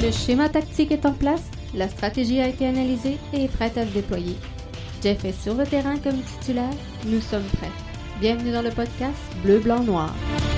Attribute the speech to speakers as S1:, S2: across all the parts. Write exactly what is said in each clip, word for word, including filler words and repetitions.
S1: Le schéma tactique est en place, la stratégie a été analysée et est prête à se déployer. Jeff est sur le terrain comme titulaire, nous sommes prêts. Bienvenue dans le podcast Bleu, Blanc, Noir.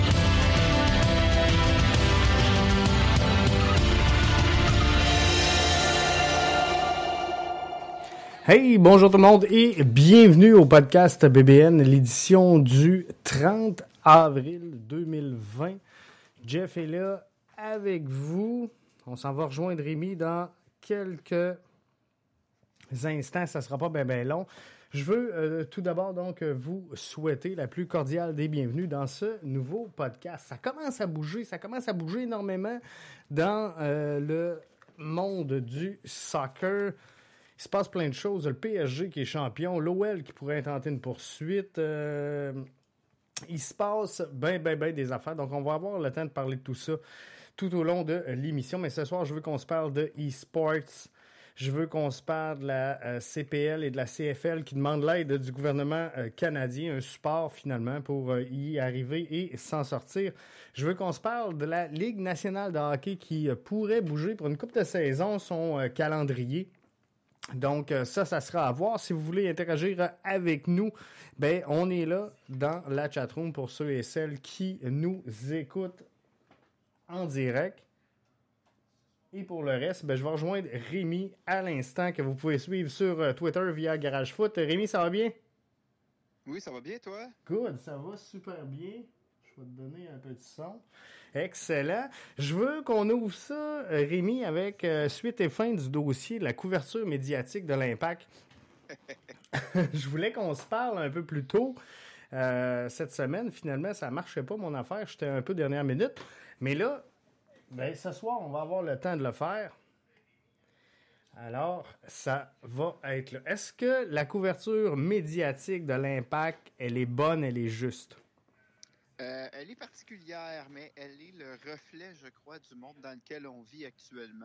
S2: Hey, bonjour tout le monde et bienvenue au podcast B B N, l'édition du trente avril deux mille vingt. Jeff est là avec vous. On s'en va rejoindre Rémi dans quelques instants. Ça ne sera pas bien bien long. Je veux euh, tout d'abord donc vous souhaiter la plus cordiale des bienvenues dans ce nouveau podcast. Ça commence à bouger, ça commence à bouger énormément dans euh, le monde du soccer. Il se passe plein de choses. Le P S G qui est champion, l'O L qui pourrait tenter une poursuite. Euh, il se passe bien, bien, bien des affaires. Donc, on va avoir le temps de parler de tout ça tout au long de l'émission. Mais ce soir, je veux qu'on se parle de e-sports. Je veux qu'on se parle de la euh, C P L et de la C F L qui demandent l'aide du gouvernement euh, canadien, un support finalement pour euh, y arriver et s'en sortir. Je veux qu'on se parle de la Ligue nationale de hockey qui euh, pourrait bouger pour une couple de saisons son euh, calendrier. Donc, ça, ça sera à voir. Si vous voulez interagir avec nous, ben, on est là dans la chatroom pour ceux et celles qui nous écoutent en direct. Et pour le reste, ben, je vais rejoindre Rémi à l'instant que vous pouvez suivre sur Twitter via GarageFoot. Rémi, ça va bien?
S3: Oui, ça va bien, toi?
S2: Good, ça va super bien. Je vais te donner un peu de son. Excellent. Je veux qu'on ouvre ça, Rémi, avec euh, suite et fin du dossier de la couverture médiatique de l'Impact. Je voulais qu'on se parle un peu plus tôt euh, cette semaine. Finalement, ça ne marchait pas, mon affaire. J'étais un peu dernière minute. Mais là, ben, ce soir, on va avoir le temps de le faire. Alors, ça va être là. Est-ce que la couverture médiatique de l'Impact, elle est bonne, elle est juste?
S3: Euh, elle est particulière, mais elle est le reflet, je crois, du monde dans lequel on vit actuellement.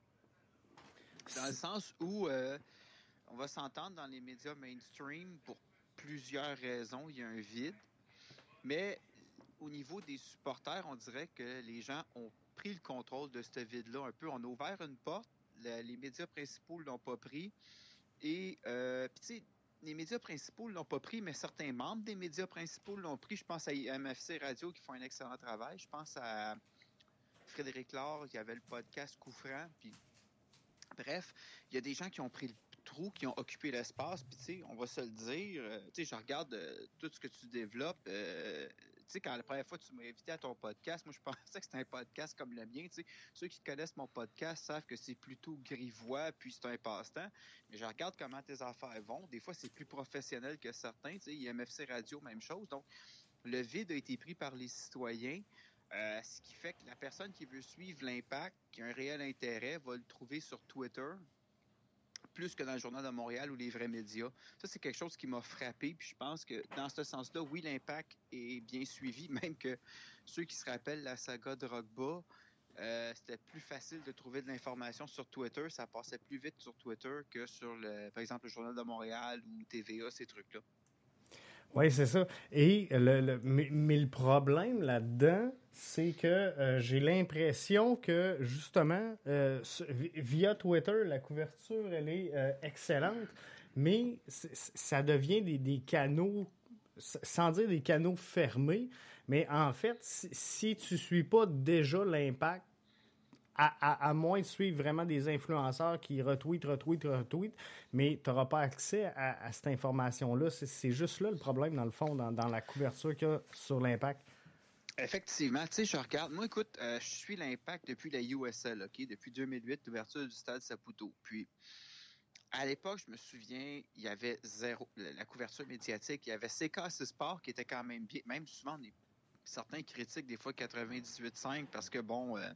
S3: Dans le sens où euh, on va s'entendre dans les médias mainstream pour plusieurs raisons. Il y a un vide. Mais au niveau des supporters, on dirait que les gens ont pris le contrôle de ce vide-là un peu. On a ouvert une porte. Le, les médias principaux ne l'ont pas pris. Et, euh, puis tu sais, les médias principaux ne l'ont pas pris, mais certains membres des médias principaux l'ont pris. Je pense à M F C Radio qui font un excellent travail. Je pense à Frédéric Laure qui avait le podcast Coup franc. Puis, bref, il y a des gens qui ont pris le trou, qui ont occupé l'espace. Puis, tu sais, on va se le dire. Euh, tu sais, je regarde euh, tout ce que tu développes. Euh, tu sais, quand la première fois que tu m'as invité à ton podcast, moi, je pensais que c'était un podcast comme le mien. Tu sais, ceux qui connaissent mon podcast savent que c'est plutôt grivois, puis c'est un passe-temps. Mais je regarde comment tes affaires vont. Des fois, c'est plus professionnel que certains. Tu sais, I M F C Radio, même chose. Donc, le vide a été pris par les citoyens. Euh, ce qui fait que la personne qui veut suivre l'Impact, qui a un réel intérêt, va le trouver sur Twitter, plus que dans le Journal de Montréal ou les vrais médias. Ça, c'est quelque chose qui m'a frappé. Puis je pense que dans ce sens-là, oui, l'Impact est bien suivi, même que ceux qui se rappellent la saga Drogba, euh, c'était plus facile de trouver de l'information sur Twitter. Ça passait plus vite sur Twitter que sur, le, par exemple, le Journal de Montréal ou T V A, ces trucs-là.
S2: Oui, c'est ça. Et le, le, mais, mais le problème là-dedans, c'est que euh, j'ai l'impression que, justement, euh, via Twitter, la couverture, elle est euh, excellente, mais ça devient des, des canaux, sans dire des canaux fermés, mais en fait, si, si tu ne suis pas déjà l'Impact, À, à, à moins de suivre vraiment des influenceurs qui retweetent, retweetent, retweetent, mais tu n'auras pas accès à, à cette information-là. C'est, c'est juste là le problème, dans le fond, dans, dans la couverture qu'il y a sur l'Impact.
S3: Effectivement. Tu sais, je regarde. Moi, écoute, euh, je suis l'Impact depuis la U S L, OK? Depuis deux mille huit, l'ouverture du stade Saputo. Puis, à l'époque, je me souviens, il y avait zéro, la couverture médiatique. Il y avait C K C Sport qui était quand même bien. Même souvent, on est, certains critiquent des fois quatre-vingt-dix-huit cinq parce que, bon... Euh,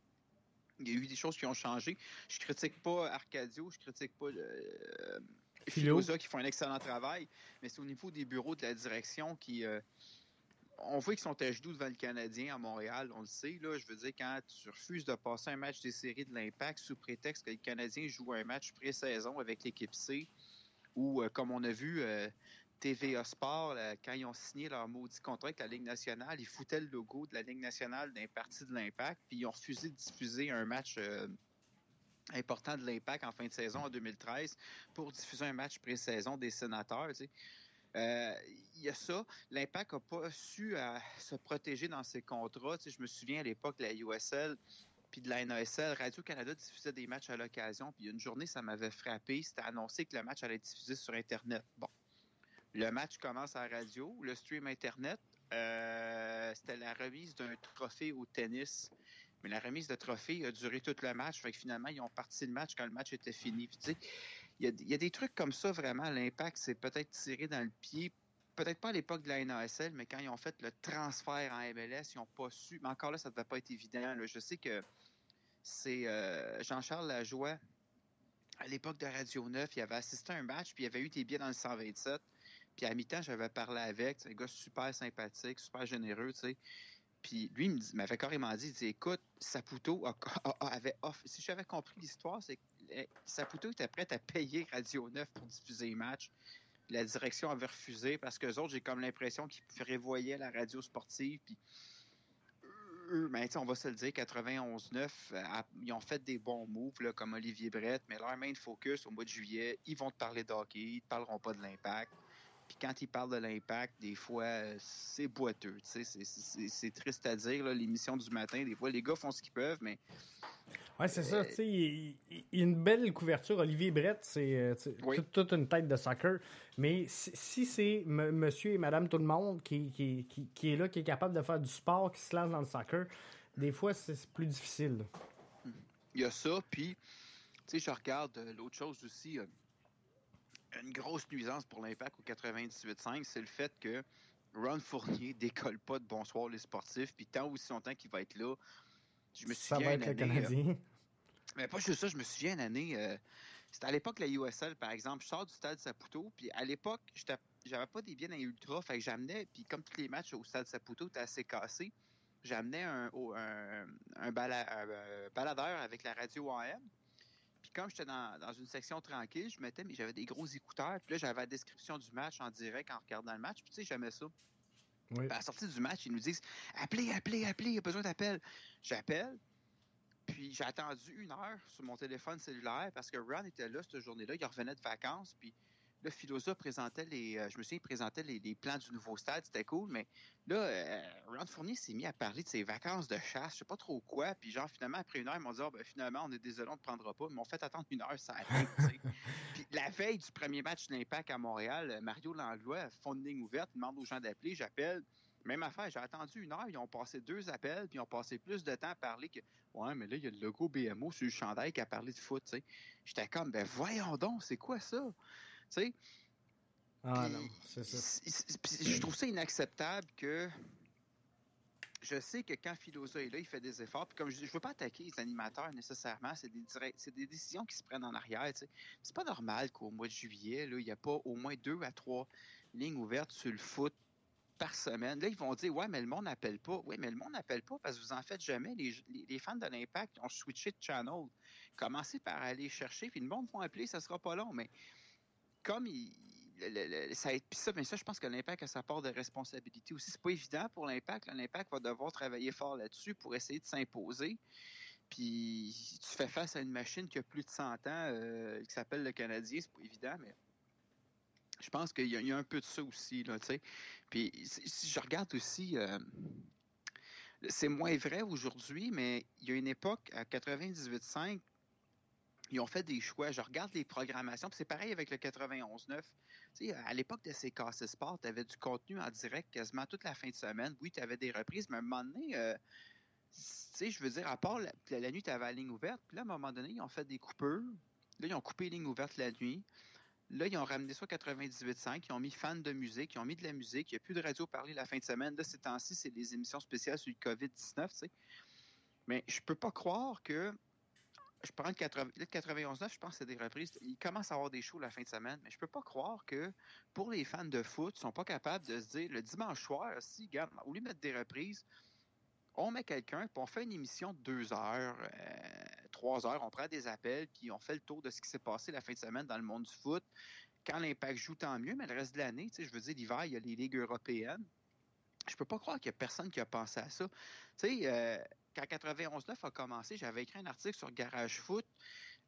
S3: il y a eu des choses qui ont changé. Je critique pas Arcadio, je critique pas euh, Filosa qui font un excellent travail, mais c'est au niveau des bureaux de la direction qui... Euh, on voit qu'ils sont à genoux devant le Canadien à Montréal, on le sait. Là, je veux dire, quand tu refuses de passer un match des séries de l'Impact sous prétexte que le Canadien joue un match pré-saison avec l'équipe C, ou euh, comme on a vu... Euh, T V A Sport, là, quand ils ont signé leur maudit contrat avec la Ligue nationale, ils foutaient le logo de la Ligue nationale d'un parti de l'Impact, puis ils ont refusé de diffuser un match euh, important de l'Impact en fin de saison en deux mille treize pour diffuser un match pré-saison des Sénateurs. Tu sais. Euh, il y a ça. L'Impact n'a pas su euh, se protéger dans ses contrats. Tu sais, je me souviens à l'époque de la U S L puis de la N A S L, Radio-Canada diffusait des matchs à l'occasion. Puis une journée, ça m'avait frappé. C'était annoncé que le match allait être diffusé sur Internet. Bon. Le match commence à la radio, le stream Internet. Euh, c'était la remise d'un trophée au tennis. Mais la remise de trophée a duré tout le match. Fait que finalement, ils ont parti le match quand le match était fini. Puis, tu sais, il y a, y a des trucs comme ça, vraiment. L'Impact, c'est peut-être tiré dans le pied. Peut-être pas à l'époque de la N A S L, mais quand ils ont fait le transfert en M L S, ils n'ont pas su. Mais encore là, ça ne devait pas être évident. Là. Je sais que c'est euh, Jean-Charles Lajoie, à l'époque de Radio neuf, il avait assisté à un match, puis il avait eu des billets dans le cent vingt-sept. Puis à mi-temps, j'avais parlé avec. C'est un gars super sympathique, super généreux, tu sais. Puis lui, il m'avait carrément dit, il dit, écoute, Saputo a, a, a, avait off. Si j'avais compris l'histoire, c'est que Saputo était prêt à payer Radio neuf pour diffuser les matchs. La direction avait refusé parce qu'eux autres, j'ai comme l'impression qu'ils prévoyaient la radio sportive. Puis eux, ben, on va se le dire, quatre-vingt-onze neuf, euh, ils ont fait des bons moves, là, comme Olivier Brett, mais leur main focus au mois de juillet, ils vont te parler d'hockey, ils ne te parleront pas de l'Impact. Puis quand ils parlent de l'Impact, des fois, euh, c'est boiteux. C'est, c'est, c'est, c'est triste à dire, là, l'émission du matin. Des fois, les gars font ce qu'ils peuvent, mais...
S2: Oui, c'est euh... ça. Tu sais, il, il, il y a une belle couverture. Olivier Brett, c'est oui. toute, toute une tête de soccer. Mais si, si c'est m- monsieur et madame tout le monde qui, qui, qui, qui est là, qui est capable de faire du sport, qui se lance dans le soccer, des fois, c'est, c'est plus difficile.
S3: Il y a ça, puis, tu sais, je regarde euh, l'autre chose aussi... Euh, une grosse nuisance pour l'Impact au quatre-vingt-dix-huit cinq, c'est le fait que Ron Fournier décolle pas de Bonsoir les sportifs, puis tant aussi longtemps qu'il va être là, je me souviens...
S2: Ça va être le Canadien.
S3: Euh, mais pas juste ça, je me souviens une année... Euh, c'était à l'époque la U S L, par exemple, je sors du stade Saputo, puis à l'époque, j'étais, j'avais pas des billets dans les Ultras, fait que j'amenais, puis comme tous les matchs au stade Saputo étaient assez cassés, j'amenais un, un, un, bala, un baladeur avec la radio A M. Puis comme j'étais dans, dans une section tranquille, je mettais, mais j'avais des gros écouteurs. Puis là, j'avais la description du match en direct en regardant le match. Puis tu sais, j'aimais ça. Oui. Puis à la sortie du match, ils nous disent « Appelez, appelez, appelez, il y a besoin d'appel. » J'appelle. Puis j'ai attendu une heure sur mon téléphone cellulaire parce que Ron était là cette journée-là. Il revenait de vacances. Puis là, Philosa présentait les... Euh, je me souviens, il présentait les, les plans du nouveau stade. C'était cool. Mais là, euh, Ron Fournier s'est mis à parler de ses vacances de chasse. Je sais pas trop quoi. Puis genre, finalement, après une heure, ils m'ont dit oh, « ben, finalement, on est désolé, on ne te prendra pas. » Ils m'ont fait attendre une heure, ça arrive. Puis la veille du premier match de l'Impact à Montréal, Mario Langlois, fond de ligne ouverte, il demande aux gens d'appeler. J'appelle. Même affaire, j'ai attendu une heure, ils ont passé deux appels, puis ils ont passé plus de temps à parler que « Ouais, mais là, il y a le logo B M O sur le chandail qui a parlé de foot. » T'sais. J'étais comme « Ben voyons donc, c'est quoi ça? » Tu sais.
S2: Ah pis, non, c'est ça.
S3: Je trouve ça inacceptable que... Je sais que quand Philosa est là, il fait des efforts. Puis comme je dis, je veux pas attaquer les animateurs nécessairement. C'est des, direct... c'est des décisions qui se prennent en arrière. T'sais. C'est pas normal qu'au mois de juillet, là, il n'y a pas au moins deux à trois lignes ouvertes sur le foot par semaine. Là, ils vont dire, ouais, mais le monde n'appelle pas. Oui, mais le monde n'appelle pas parce que vous en faites jamais. Les, les, les fans de l'Impact ont switché de channel. Commencez par aller chercher, puis le monde va appeler, ça sera pas long. Mais comme il, le, le, le, ça, puis ça, mais ça, je pense que l'Impact a sa part de responsabilité aussi. C'est pas évident pour l'Impact. Là, L'Impact va devoir travailler fort là-dessus pour essayer de s'imposer. Puis tu fais face à une machine qui a plus de cent ans, euh, qui s'appelle le Canadien, c'est pas évident, mais je pense qu'il y a, il y a un peu de ça aussi, là, tu sais. Puis si je regarde aussi, euh, c'est moins vrai aujourd'hui, mais il y a une époque, à quatre-vingt-dix-huit cinq, ils ont fait des choix. Je regarde les programmations, puis c'est pareil avec le quatre-vingt-onze neuf. Tu sais, à l'époque de ces C A C Sport, tu avais du contenu en direct quasiment toute la fin de semaine. Oui, tu avais des reprises, mais à un moment donné, euh, tu sais, je veux dire, à part la, la nuit, tu avais la ligne ouverte, puis là, à un moment donné, ils ont fait des coupures. Là, ils ont coupé les lignes ouvertes la nuit. Là, ils ont ramené ça quatre-vingt-dix-huit cinq, ils ont mis fans de musique, ils ont mis de la musique, il n'y a plus de radio parler la fin de semaine. Là, ces temps-ci, c'est des émissions spéciales sur le covid dix-neuf, tu sais. Mais je peux pas croire que... Je prends le, quatre-vingts, le quatre-vingt-onze neuf, je pense que c'est des reprises. Il commence à avoir des shows la fin de semaine, mais je peux pas croire que pour les fans de foot, ils sont pas capables de se dire, le dimanche soir, si, regarde, au lieu de mettre des reprises, on met quelqu'un, puis on fait une émission de deux heures, euh, trois heures, on prend des appels, puis on fait le tour de ce qui s'est passé la fin de semaine dans le monde du foot. Quand l'Impact joue, tant mieux, mais le reste de l'année, tu sais, je veux dire, l'hiver, il y a les ligues européennes. Je peux pas croire qu'il y a personne qui a pensé à ça. Tu sais, euh, quand quatre-vingt-onze neuf a commencé, j'avais écrit un article sur Garage Foot.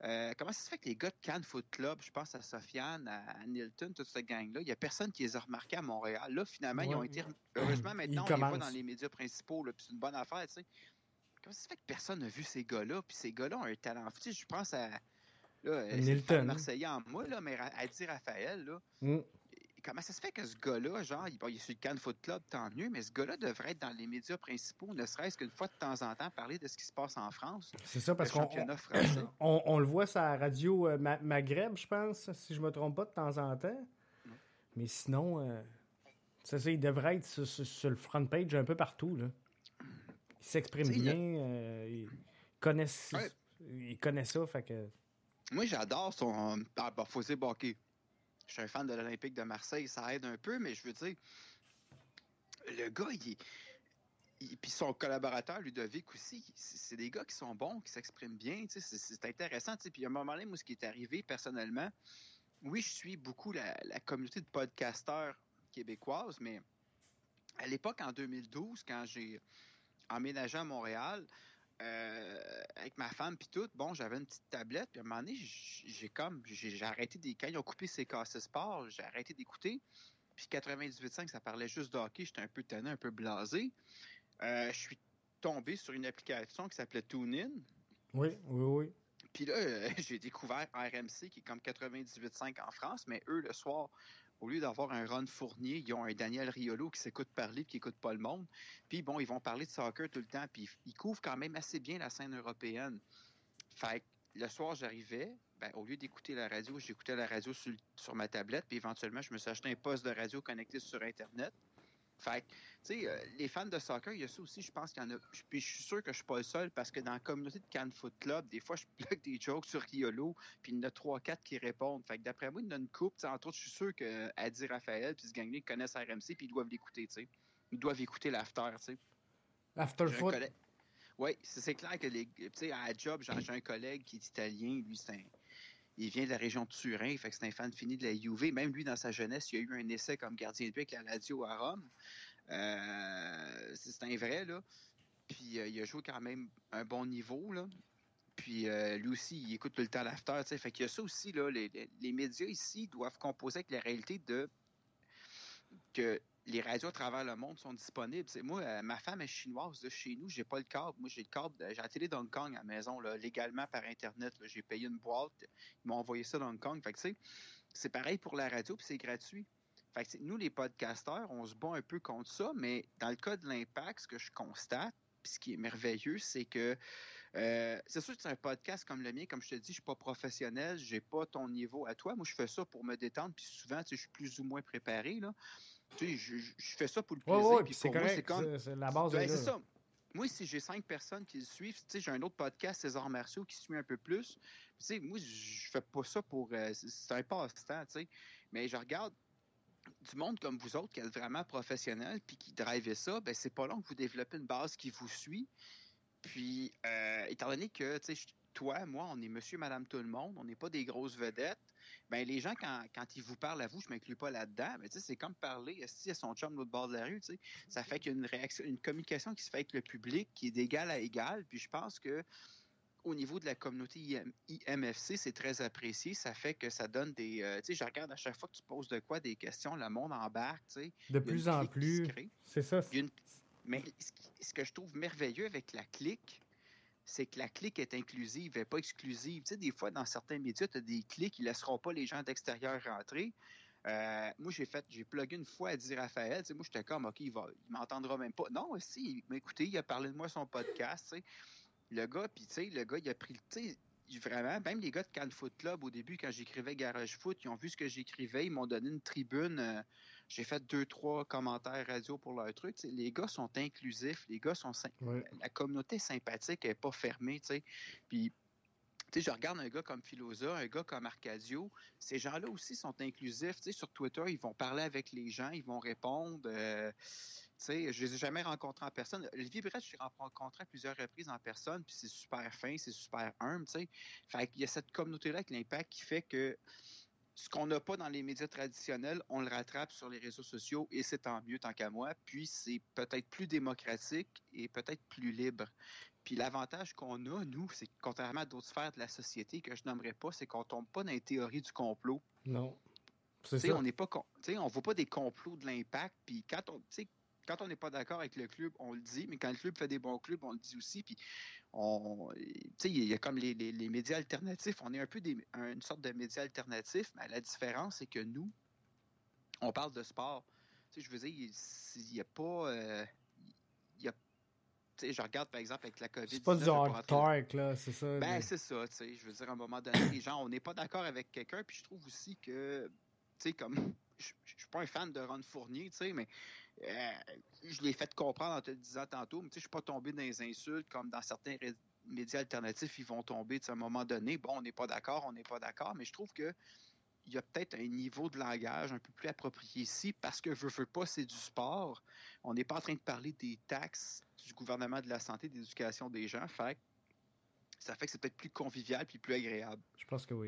S3: Euh, comment ça se fait que les gars de Cannes Foot Club, je pense à Sofiane, à, à Nilton, toute cette gang-là, il n'y a personne qui les a remarqués à Montréal. Là, finalement,
S2: Ouais.
S3: ils ont été... Heureusement, maintenant,
S2: Ils
S3: on les voit
S2: commencent.
S3: dans les médias principaux, là, puis c'est une bonne affaire, tu sais. Comment ça se fait que personne n'a vu ces gars-là? Puis ces gars-là ont un talent. Tu sais, je pense à... Là, c'est le fan marseillais en moi, là, mais à, à dire Raphaël, là... Mm. Comment ça se fait que ce gars-là, genre, il, bon, il est sur le Cannes Foot Club, tant mieux, mais ce gars-là devrait être dans les médias principaux, ne serait-ce qu'une fois de temps en temps, parler de ce qui se passe en France.
S2: C'est ça, parce
S3: le
S2: qu'on
S3: championnat français.
S2: On, on le voit sur la radio euh, Ma- Maghreb, je pense, si je me trompe pas, de temps en temps. Mm. Mais sinon, euh, c'est ça, il devrait être sur, sur, sur le front page un peu partout, là. Il s'exprime bien, le... euh, il, connaît, ouais. il connaît ça, fait que...
S3: Moi, j'adore son... Ah, bah, faut dire, bon, OK. Je suis un fan de l'Olympique de Marseille, ça aide un peu, mais je veux dire, le gars, il est... Il... Puis son collaborateur, Ludovic aussi, c'est des gars qui sont bons, qui s'expriment bien, tu sais, c'est intéressant, tu sais. Puis à un moment donné, moi, ce qui est arrivé, personnellement, oui, je suis beaucoup la, la communauté de podcasteurs québécoises, mais à l'époque, en deux mille douze, quand j'ai emménagé à Montréal, Euh, avec ma femme puis tout, bon, j'avais une petite tablette, puis à un moment donné, j'ai comme, j'ai arrêté des, quand ils ont coupé ces cassettes sport, j'ai arrêté d'écouter, puis quatre-vingt-dix-huit virgule cinq, ça parlait juste de hockey, j'étais un peu tanné, un peu blasé. Euh, je suis tombé sur une application qui s'appelait TuneIn.
S2: Oui, oui, oui.
S3: Puis là, euh, j'ai découvert R M C, qui est comme quatre-vingt-dix-huit virgule cinq en France, mais eux, le soir, au lieu d'avoir un Ron Fournier, ils ont un Daniel Riolo qui s'écoute parler et qui n'écoute pas le monde. Puis bon, ils vont parler de soccer tout le temps, puis ils couvrent quand même assez bien la scène européenne. Fait que le soir, j'arrivais, ben, au lieu d'écouter la radio, j'écoutais la radio sur, sur ma tablette, puis éventuellement, je me suis acheté un poste de radio connecté sur Internet. Fait que, tu sais, euh, les fans de soccer, il y a ça aussi, je pense qu'il y en a. Puis je suis sûr que je suis pas le seul, parce que dans la communauté de Cannes Foot Club, des fois, je plug des jokes sur Riolo, puis il y en a trois quatre qui répondent. Fait que d'après moi, il y en a une couple. Entre autres, je suis sûr que Adi Raphaël puis ce gang-là, ils connaissent R M C, puis ils doivent l'écouter, tu sais. Ils doivent écouter l'after, tu sais.
S2: After Foot?
S3: Collègue... Oui, c'est clair que, les... tu sais, à la job, j'ai un collègue qui est italien, lui, c'est un... Il vient de la région de Turin, fait que c'est un fan fini de la U V. Même lui, dans sa jeunesse, il a eu un essai comme gardien de but avec la Lazio à Rome. Euh, c'est un vrai, là. Puis euh, il a joué quand même un bon niveau, là. Puis euh, lui aussi, il écoute tout le temps l'after, tu sais. Fait qu'il y a ça aussi, là. Les, les, les médias ici doivent composer avec la réalité de que les radios à travers le monde sont disponibles. T'sais, moi, euh, ma femme est chinoise de chez nous, j'ai pas le câble. Moi, j'ai le câble, de, j'ai la télé d'Hong Kong à la maison, là, légalement par Internet. J'ai payé une boîte, ils m'ont envoyé ça d'Hong Kong. Fait que, tu sais, c'est pareil pour la radio, puis c'est gratuit. Fait que, nous, les podcasteurs, on se bat un peu contre ça, mais dans le cas de l'Impact, ce que je constate, puis ce qui est merveilleux, c'est que euh, c'est sûr que c'est un podcast comme le mien, comme je te dis, je suis pas professionnel, j'ai pas ton niveau à toi. Moi, je fais ça pour me détendre, puis souvent, tu sais, je suis plus ou moins préparé, là. Tu sais, je, je fais ça pour le plaisir.
S2: Ouais, ouais,
S3: puis
S2: c'est
S3: pour moi, c'est comme...
S2: c'est la base.
S3: Ben, c'est ça. Moi, si j'ai cinq personnes qui le suivent, tu sais, j'ai un autre podcast, César Marceau, qui suit un peu plus. Tu sais, moi, je fais pas ça pour... Euh, c'est un passe-temps, tu sais. Mais je regarde du monde comme vous autres qui êtes vraiment professionnels puis qui drivez ça, ben c'est pas long que vous développez une base qui vous suit. Puis, euh, étant donné que, tu sais, toi, moi, on est monsieur, madame, tout le monde, on n'est pas des grosses vedettes, ben les gens, quand, quand ils vous parlent à vous, je ne m'inclus pas là-dedans, mais tu sais, c'est comme parler si à son chum de l'autre bord de la rue, tu sais. Ça fait qu'il y a une réaction, une communication qui se fait avec le public qui est d'égal à égal, puis je pense que au niveau de la communauté I M F C, c'est très apprécié. Ça fait que ça donne des... Euh, tu sais, je regarde à chaque fois que tu poses de quoi, des questions, le monde embarque, tu sais.
S2: De plus en plus. C'est ça.
S3: Une... Mais ce que je trouve merveilleux avec la clique, c'est que la clique est inclusive, elle n'est pas exclusive. Tu sais, des fois, dans certains médias, tu as des clics qui ne laisseront pas les gens d'extérieur rentrer. Euh, moi, j'ai fait, j'ai plugué une fois à dire Raphaël, tu sais, moi, j'étais comme, OK, il va, il m'entendra même pas. Non, si, il m'a écouté, il a parlé de moi son podcast, tu sais. Le gars, puis tu sais, le gars, il a pris, tu sais, vraiment, même les gars de Cannes Foot Club, au début, quand j'écrivais Garage Foot, ils ont vu ce que j'écrivais, ils m'ont donné une tribune, euh, j'ai fait deux, trois commentaires radio pour leur truc, tu sais, les gars sont inclusifs, les gars sont, ouais. La communauté sympathique, elle n'est pas fermée, tu sais, puis tu sais, je regarde un gars comme Philosa, un gars comme Arcadio, ces gens-là aussi sont inclusifs. Tu sais, sur Twitter, ils vont parler avec les gens, ils vont répondre. Euh, tu sais, je les ai jamais rencontrés en personne. Olivier Brett, je l'ai rencontré à plusieurs reprises en personne, puis c'est super fin, c'est super humble, tu sais. Fait qu'il y a cette communauté-là avec l'Impact qui fait que ce qu'on n'a pas dans les médias traditionnels, on le rattrape sur les réseaux sociaux et c'est tant mieux, tant qu'à moi. Puis c'est peut-être plus démocratique et peut-être plus libre. Puis l'avantage qu'on a, nous, c'est que contrairement à d'autres sphères de la société que je nommerai pas, c'est qu'on tombe pas dans les théories du complot.
S2: Non. C'est
S3: T'sais,
S2: ça.
S3: on n'est pas, on voit pas des complots de l'Impact. Puis quand on, quand on n'est pas d'accord avec le club, on le dit. Mais quand le club fait des bons clubs, on le dit aussi. Puis on, il y a comme les, les, les médias alternatifs. On est un peu des, une sorte de médias alternatifs. Mais la différence, c'est que nous, on parle de sport. T'sais, je veux dire, il n'y a pas, euh, il y a Tu sais, je regarde, par exemple, avec la COVID.
S2: C'est pas du hard talk, là, c'est ça.
S3: Ben,
S2: mais...
S3: c'est ça, tu sais. Je veux dire, à un moment donné, les gens, on n'est pas d'accord avec quelqu'un, puis je trouve aussi que, tu sais, comme, je ne suis pas un fan de Ron Fournier, tu sais, mais euh, je l'ai fait comprendre en te le disant tantôt, mais tu sais, je suis pas tombé dans les insultes comme dans certains ré- médias alternatifs, ils vont tomber, tu sais, à un moment donné. Bon, on n'est pas d'accord, on n'est pas d'accord, mais je trouve que il y a peut-être un niveau de langage un peu plus approprié ici parce que veux, veux pas, c'est du sport. On n'est pas en train de parler des taxes du gouvernement de la santé, de l'éducation des gens. Fait ça fait que c'est peut-être plus convivial puis plus agréable.
S2: Je pense que oui.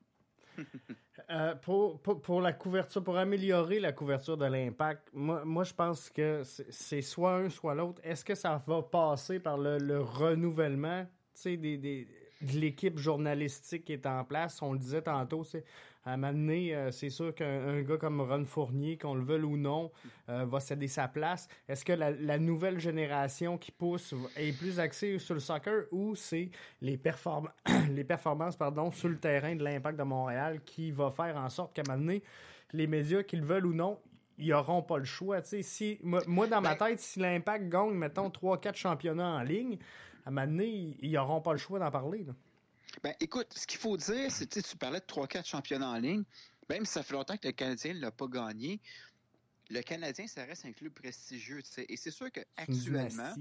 S2: euh, pour, pour, pour la couverture, pour améliorer la couverture de l'Impact, moi, moi je pense que c'est, c'est soit un, soit l'autre. Est-ce que ça va passer par le, le renouvellement, tu sais, des, des, de l'équipe journalistique qui est en place? On le disait tantôt, c'est à un moment donné, euh, c'est sûr qu'un un gars comme Ron Fournier, qu'on le veuille ou non, euh, va céder sa place. Est-ce que la, la nouvelle génération qui pousse est plus axée sur le soccer ou c'est les, perform- les performances pardon, sur le terrain de l'Impact de Montréal qui va faire en sorte qu'à un moment donné, les médias, qu'ils le veulent ou non, ils n'auront pas le choix. Si, moi, moi, dans ma tête, si l'Impact gagne, mettons, trois quatre championnats en ligne, à un moment donné, ils n'auront pas le choix d'en parler. Là.
S3: Ben, écoute, ce qu'il faut dire, c'est que tu parlais de trois quatre championnats en ligne. Même si ça fait longtemps que le Canadien ne l'a pas gagné, le Canadien, ça reste un club prestigieux. T'sais. Et c'est sûr qu'actuellement,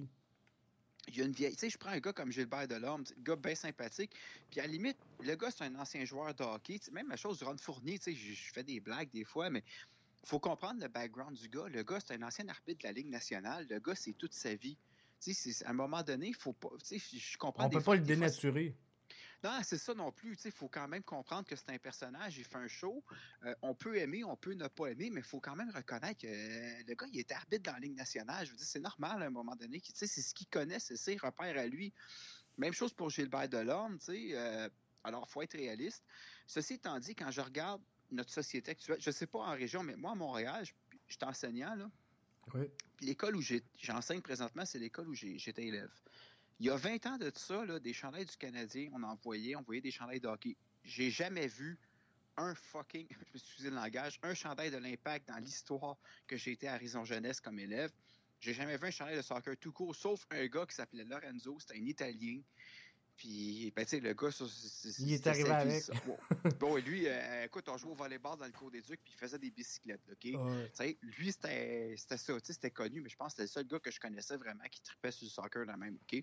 S3: il y a une vieille. Tu sais, je prends un gars comme Gilbert Delorme, un gars bien sympathique. Puis à la limite, le gars, c'est un ancien joueur de hockey. T'sais, même la chose du Ron Fournier, tu sais, je fais des blagues des fois, mais il faut comprendre le background du gars. Le gars, c'est un ancien arbitre de la Ligue nationale. Le gars, c'est toute sa vie. Tu sais, à un moment donné, il faut pas. Tu sais, je comprends.
S2: On peut pas le dénaturer.
S3: Non, c'est ça non plus. Il faut quand même comprendre que c'est un personnage, il fait un show. Euh, on peut aimer, on peut ne pas aimer, mais il faut quand même reconnaître que euh, le gars, il est arbitre dans la Ligue nationale. Je veux dire, c'est normal à un moment donné. C'est ce qu'il connaît, c'est ses repères à lui. Même chose pour Gilbert Delorme. Euh, alors, il faut être réaliste. Ceci étant dit, quand je regarde notre société actuelle, je ne sais pas en région, mais moi, à Montréal, je, je suis enseignant. Là.
S2: Oui.
S3: Puis l'école où j'ai, j'enseigne présentement, c'est l'école où j'ai, j'étais élève. Il y a vingt ans de ça, là, des chandails du Canadien, on envoyait, on voyait des chandails de hockey. J'ai jamais vu un fucking, je me suis excusé le langage, un chandail de l'Impact dans l'histoire que j'ai été à Horizon Jeunesse comme élève. J'ai jamais vu un chandail de soccer tout court, sauf un gars qui s'appelait Lorenzo, c'était un Italien. Puis, ben, tu sais, le gars, ça, c'est,
S2: il est arrivé avec.
S3: Bon, bon, et lui, euh, écoute, on jouait au volleyball dans le cours d'éduc, puis il faisait des bicyclettes, OK? Ouais. Tu sais, lui, c'était, c'était ça, tu sais, c'était connu, mais je pense que c'était le seul gars que je connaissais vraiment qui tripait sur le soccer dans le même, OK?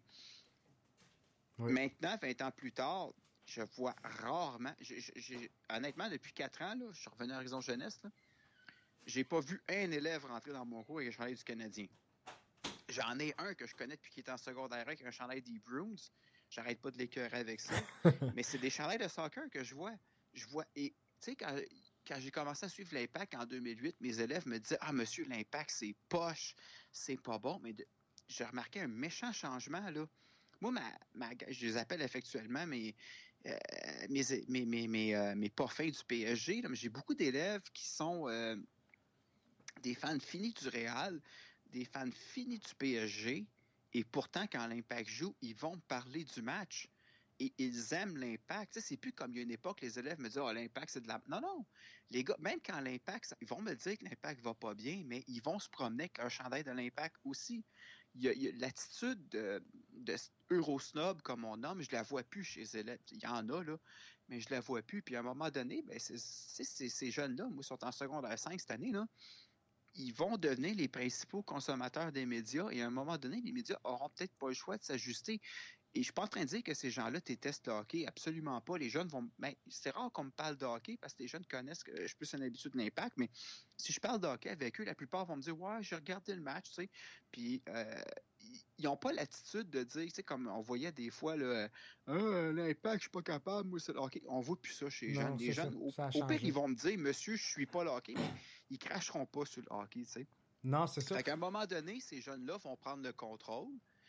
S3: Oui. Maintenant, vingt ans plus tard, je vois rarement, j'ai, j'ai, honnêtement, depuis quatre ans, là, je suis revenu à Horizon Jeunesse, là, j'ai pas vu un élève rentrer dans mon cours avec un chandail du Canadien. J'en ai un que je connais depuis qu'il est en secondaire avec un chandail des Bruins. J'arrête pas de l'écœurer avec ça. Mais c'est des chandails de soccer que je vois. Je vois. Et tu sais, quand, quand j'ai commencé à suivre l'Impact en deux mille huit, mes élèves me disaient « Ah, monsieur, l'Impact, c'est poche, c'est pas bon. » Mais de, j'ai remarqué un méchant changement, là. Moi, ma, ma, je les appelle effectuellement mes, euh, mes, mes, mes, mes, euh, mes pas fins du P S G. Là. Mais j'ai beaucoup d'élèves qui sont euh, des fans finis du Real, des fans finis du P S G. Et pourtant, quand l'Impact joue, ils vont parler du match. Et ils aiment l'Impact. Tu sais, c'est plus comme il y a une époque, les élèves me disent « Ah, oh, l'Impact, c'est de la... » Non, non. Les gars, même quand l'Impact... Ils vont me dire que l'Impact va pas bien, mais ils vont se promener avec un chandail de l'Impact aussi. Il y a, il y a l'attitude de, de Eurosnob, comme on nomme, je la vois plus chez les élèves. Il y en a, là, mais je la vois plus. Puis à un moment donné, ben, c'est, c'est, c'est, ces jeunes-là, moi, sont en secondaire cinq cette année, là, ils vont devenir les principaux consommateurs des médias et à un moment donné, les médias auront peut-être pas le choix de s'ajuster. Et je suis pas en train de dire que ces gens-là détestent le hockey, absolument pas. Les jeunes vont... Ben, c'est rare qu'on me parle de hockey parce que les jeunes connaissent que je suis plus un habitué de l'Impact, mais si je parle de hockey avec eux, la plupart vont me dire « Ouais, j'ai regardé le match, tu sais. » Puis euh, ils n'ont pas l'attitude de dire, tu sais, comme on voyait des fois, là, « Ah, l'Impact, je suis pas capable, moi, c'est le hockey. » On voit plus ça chez les non, jeunes. Les jeunes, au, au pire, ils vont me dire « Monsieur, je suis pas le hockey. » Mais ils cracheront pas sur le hockey, tu sais.
S2: Non, c'est ça.
S3: Fait qu'à un moment donné, ces jeunes-là vont prendre le contrôle.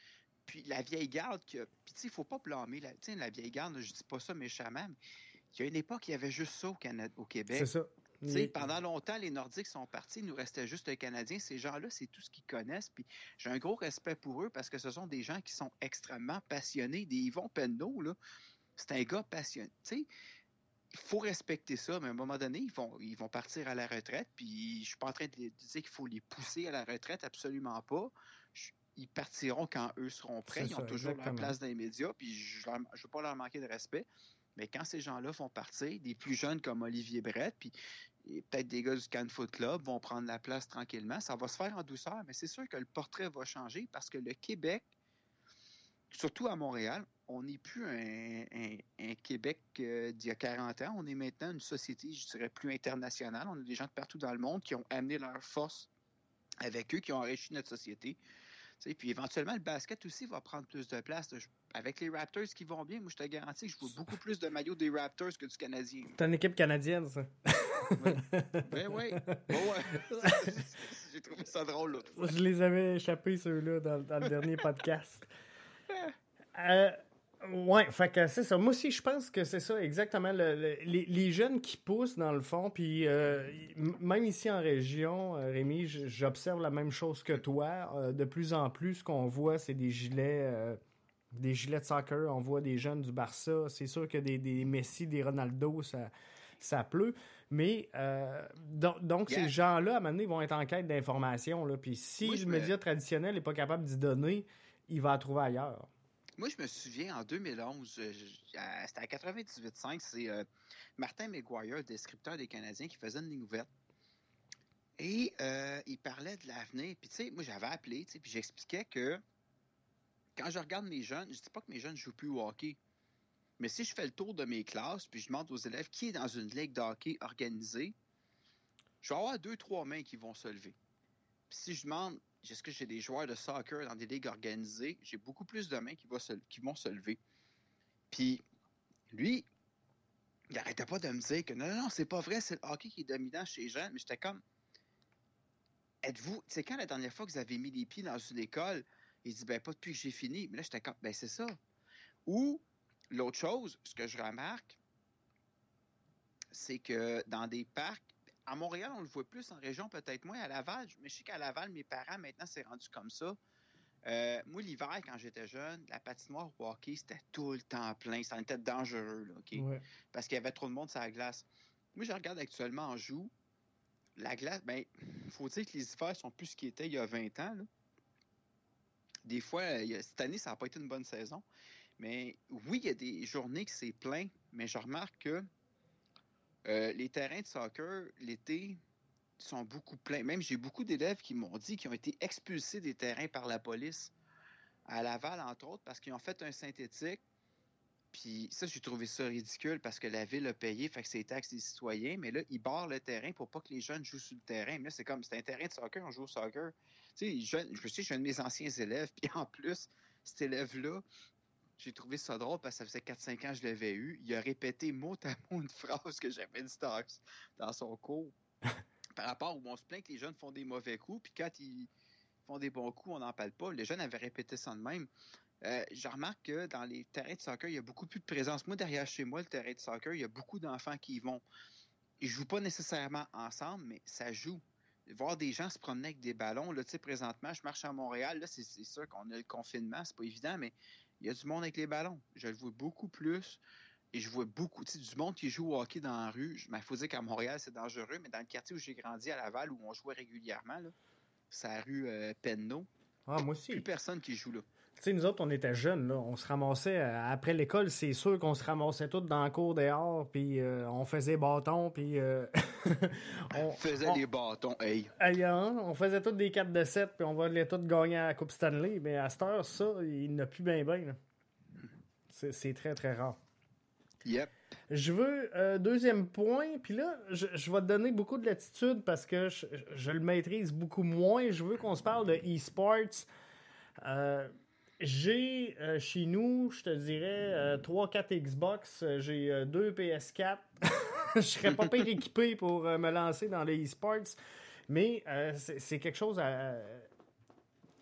S3: puis la vieille garde, qui a, puis tu sais, il ne faut pas blâmer la, la vieille garde, je dis pas ça méchamment, mais il y a une époque, il y avait juste ça au, Canada, au Québec.
S2: C'est ça.
S3: Il... Pendant longtemps, les Nordiques sont partis, il nous restait juste les Canadiens. Ces gens-là, c'est tout ce qu'ils connaissent. Puis j'ai un gros respect pour eux parce que ce sont des gens qui sont extrêmement passionnés. Des Yvon Penneau, là, c'est un gars passionné. Tu sais, il faut respecter ça, mais à un moment donné, ils vont, ils vont partir à la retraite. Puis je suis pas en train de dire qu'il faut les pousser à la retraite, absolument pas. Je... Ils partiront quand eux seront prêts. C'est ils ont ça, toujours exactement. Leur place dans les médias. Puis je ne veux pas leur manquer de respect. Mais quand ces gens-là vont partir, des plus jeunes comme Olivier Brett, puis peut-être des gars du Can Foot Club vont prendre la place tranquillement, ça va se faire en douceur, mais c'est sûr que le portrait va changer parce que le Québec, surtout à Montréal, on n'est plus un, un, un Québec euh, d'il y a quarante ans. On est maintenant une société, je dirais, plus internationale. On a des gens de partout dans le monde qui ont amené leur force avec eux, qui ont enrichi notre société. T'sais, puis éventuellement, le basket aussi va prendre plus de place. Je, avec les Raptors qui vont bien, moi, je te garantis que je vois beaucoup plus de maillots des Raptors que du Canadien.
S2: C'est une équipe canadienne, ça.
S3: Oui, ben oui. Ben ouais. J'ai trouvé ça drôle l'autre fois.
S2: Je les avais échappés, ceux-là, dans, dans le dernier podcast. Euh, ouais, fait que c'est ça. Moi aussi, je pense que c'est ça, exactement. Le, le, les, les jeunes qui poussent, dans le fond, puis euh, même ici en région, euh, Rémi, j'observe la même chose que toi. Euh, de plus en plus, ce qu'on voit, c'est des gilets... Euh, des gilets de soccer, on voit des jeunes du Barça. C'est sûr que des, des Messi, des Ronaldo, ça, ça pleut. Mais euh, donc, donc yeah. ces gens-là, à un moment donné, vont être en quête d'informations. Là. Puis si Moi, le média me... traditionnel n'est pas capable d'y donner, il va la trouver ailleurs.
S3: Moi, je me souviens, en deux mille onze, euh, c'était à quatre-vingt-dix-huit virgule cinq, c'est euh, Martin McGuire, descripteur des Canadiens, qui faisait une ligne ouverte. Et euh, il parlait de l'avenir. Puis tu sais, moi, j'avais appelé, puis j'expliquais que quand je regarde mes jeunes, je dis pas que mes jeunes ne jouent plus au hockey. Mais si je fais le tour de mes classes, puis je demande aux élèves qui est dans une ligue de hockey organisée, je vais avoir deux, trois mains qui vont se lever. Puis si je demande, est-ce que j'ai des joueurs de soccer dans des ligues organisées, j'ai beaucoup plus de mains qui, va se, qui vont se lever. Puis lui, il n'arrêtait pas de me dire que non, non, non, c'est pas vrai, c'est le hockey qui est dominant chez les jeunes. Mais j'étais comme, êtes-vous, c'est quand la dernière fois que vous avez mis les pieds dans une école? Il dit, ben pas depuis que j'ai fini. Mais là, j'étais comme, ben c'est ça. Ou, l'autre chose, ce que je remarque, c'est que dans des parcs, à Montréal, on le voit plus, en région peut-être moins, à Laval, mais je sais qu'à Laval, mes parents, maintenant, c'est rendu comme ça. Euh, moi, l'hiver, quand j'étais jeune, la patinoire au hockey, c'était tout le temps plein. Ça en était dangereux, là, OK? Ouais. Parce qu'il y avait trop de monde sur la glace. Moi, je regarde actuellement en joue. La glace, ben, il faut dire que les hivers sont plus ce qu'ils étaient il y a vingt ans, là. Des fois, cette année, ça n'a pas été une bonne saison. Mais oui, il y a des journées que c'est plein, mais je remarque que euh, les terrains de soccer, l'été, sont beaucoup pleins. Même, j'ai beaucoup d'élèves qui m'ont dit qu'ils ont été expulsés des terrains par la police à Laval, entre autres, parce qu'ils ont fait un synthétique. Puis ça, j'ai trouvé ça ridicule parce que la ville a payé, fait que c'est les taxes des citoyens. Mais là, ils barrent le terrain pour pas que les jeunes jouent sur le terrain. Mais là, c'est comme, c'est un terrain de soccer, on joue au soccer. Tu sais, je, je sais, je suis un de mes anciens élèves. Puis en plus, cet élève-là, j'ai trouvé ça drôle parce que ça faisait quatre cinq ans que je l'avais eu. Il a répété mot à mot une phrase que j'avais dit dans, dans son cours. Par rapport où on se plaint que les jeunes font des mauvais coups, puis quand ils font des bons coups, on n'en parle pas. Les jeunes avaient répété ça de même. Euh, je remarque que dans les terrains de soccer, il y a beaucoup plus de présence. Moi, derrière chez moi, le terrain de soccer, il y a beaucoup d'enfants qui y vont. Ils ne jouent pas nécessairement ensemble, mais ça joue. Voir des gens se promener avec des ballons, là, tu sais, présentement, je marche à Montréal, là, c'est, c'est sûr qu'on a le confinement, c'est pas évident, mais il y a du monde avec les ballons. Je le vois beaucoup plus. Et je vois beaucoup, tu sais, du monde qui joue au hockey dans la rue. Il faut dire qu'à Montréal, c'est dangereux, mais dans le quartier où j'ai grandi, à Laval, où on jouait régulièrement, là, c'est la rue euh, Penneau.
S2: Ah, moi aussi.
S3: Plus personne qui joue là.
S2: Tu sais, nous autres, on était jeunes, là. On se ramassait, euh, après l'école, c'est sûr qu'on se ramassait tous dans le cours dehors, puis euh, on faisait bâtons, puis... Euh,
S3: on faisait on, des bâtons, hey!
S2: hey hein, on faisait tous des quatre de sept, puis on va les tous gagner à la Coupe Stanley, mais à cette heure, ça, il n'a plus bien bien, là. C'est, c'est très, très rare.
S3: Yep.
S2: Je veux, euh, deuxième point, puis là, je, je vais te donner beaucoup de latitude parce que je, je le maîtrise beaucoup moins. Je veux qu'on se parle de e-sports. Euh, j'ai euh, chez nous, je te dirais, euh, trois quatre Xbox, j'ai euh, deux P S quatre. Je serais pas pire équipé pour euh, me lancer dans les e-sports, mais euh, c'est, c'est quelque chose à,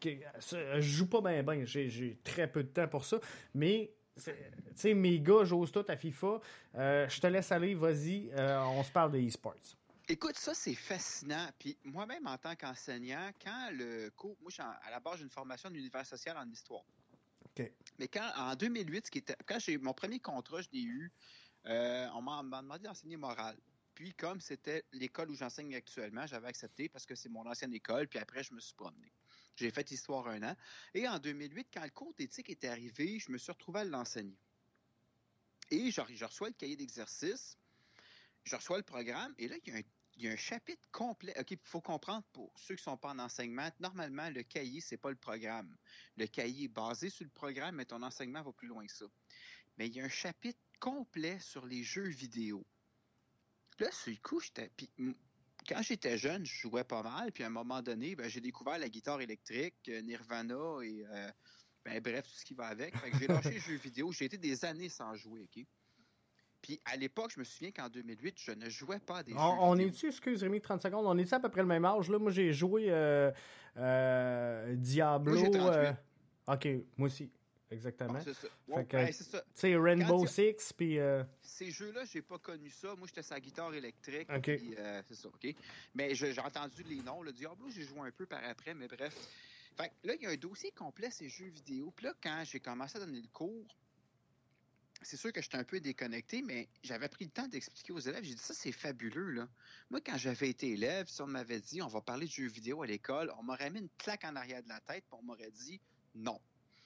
S2: que, je joue pas bien, bien. J'ai, j'ai très peu de temps pour ça. Mais, tu sais, mes gars, j'ose tout à FIFA. Euh, je te laisse aller, vas-y. Euh, on se parle des e-sports.
S3: Écoute, ça, c'est fascinant. Puis moi-même, en tant qu'enseignant, quand le cours... Moi, à la base, j'ai une formation de l'univers social en histoire.
S2: Okay.
S3: Mais quand, en deux mille huit, ce qui était, quand j'ai mon premier contrat, je l'ai eu, euh, on m'a, m'a demandé d'enseigner morale. Puis, comme c'était l'école où j'enseigne actuellement, j'avais accepté parce que c'est mon ancienne école. Puis après, je me suis promené. J'ai fait histoire un an. Et en deux mille huit, quand le cours d'éthique est arrivé, je me suis retrouvé à l'enseigner. Et je, je reçois le cahier d'exercice, je reçois le programme, et là, il y a un, il y a un chapitre complet. OK, il faut comprendre, pour ceux qui ne sont pas en enseignement, normalement, le cahier, ce n'est pas le programme. Le cahier est basé sur le programme, mais ton enseignement va plus loin que ça. Mais il y a un chapitre complet sur les jeux vidéo. Là, sur le coup, j'étais... Puis, quand j'étais jeune, je jouais pas mal, puis à un moment donné, ben, j'ai découvert la guitare électrique, Nirvana et... Euh, ben, bref, tout ce qui va avec. Fait que j'ai lâché les jeux vidéo. J'ai été des années sans jouer, OK? Puis à l'époque, je me souviens qu'en deux mille huit, je ne jouais pas à des
S2: on,
S3: jeux
S2: on
S3: vidéo.
S2: On est-tu, excuse Rémi, trente secondes, on est-tu à peu près le même âge? Là? Moi, j'ai joué euh, euh, Diablo.
S3: Moi, j'ai trente-huit.
S2: Euh... OK, moi aussi. Exactement.
S3: Bon, c'est ça.
S2: Fait
S3: Ouais,
S2: que,
S3: ben, c'est ça.
S2: tu sais, Rainbow
S3: Quand
S2: Six, puis... Euh...
S3: Ces jeux-là, j'ai pas connu ça. Moi, j'étais sur la guitare électrique.
S2: OK.
S3: Puis, euh, c'est ça, OK? Mais je, j'ai entendu les noms. Le Diablo, j'ai joué un peu par après, mais bref. Fait que là, il y a un dossier complet, ces jeux vidéo. Puis là, quand j'ai commencé à donner le cours, c'est sûr que j'étais un peu déconnecté, mais j'avais pris le temps d'expliquer aux élèves. J'ai dit, ça, c'est fabuleux, là. Moi, quand j'avais été élève, si on m'avait dit, on va parler de jeux vidéo à l'école, on m'aurait mis une claque en arrière de la tête, puis on m'aurait dit non.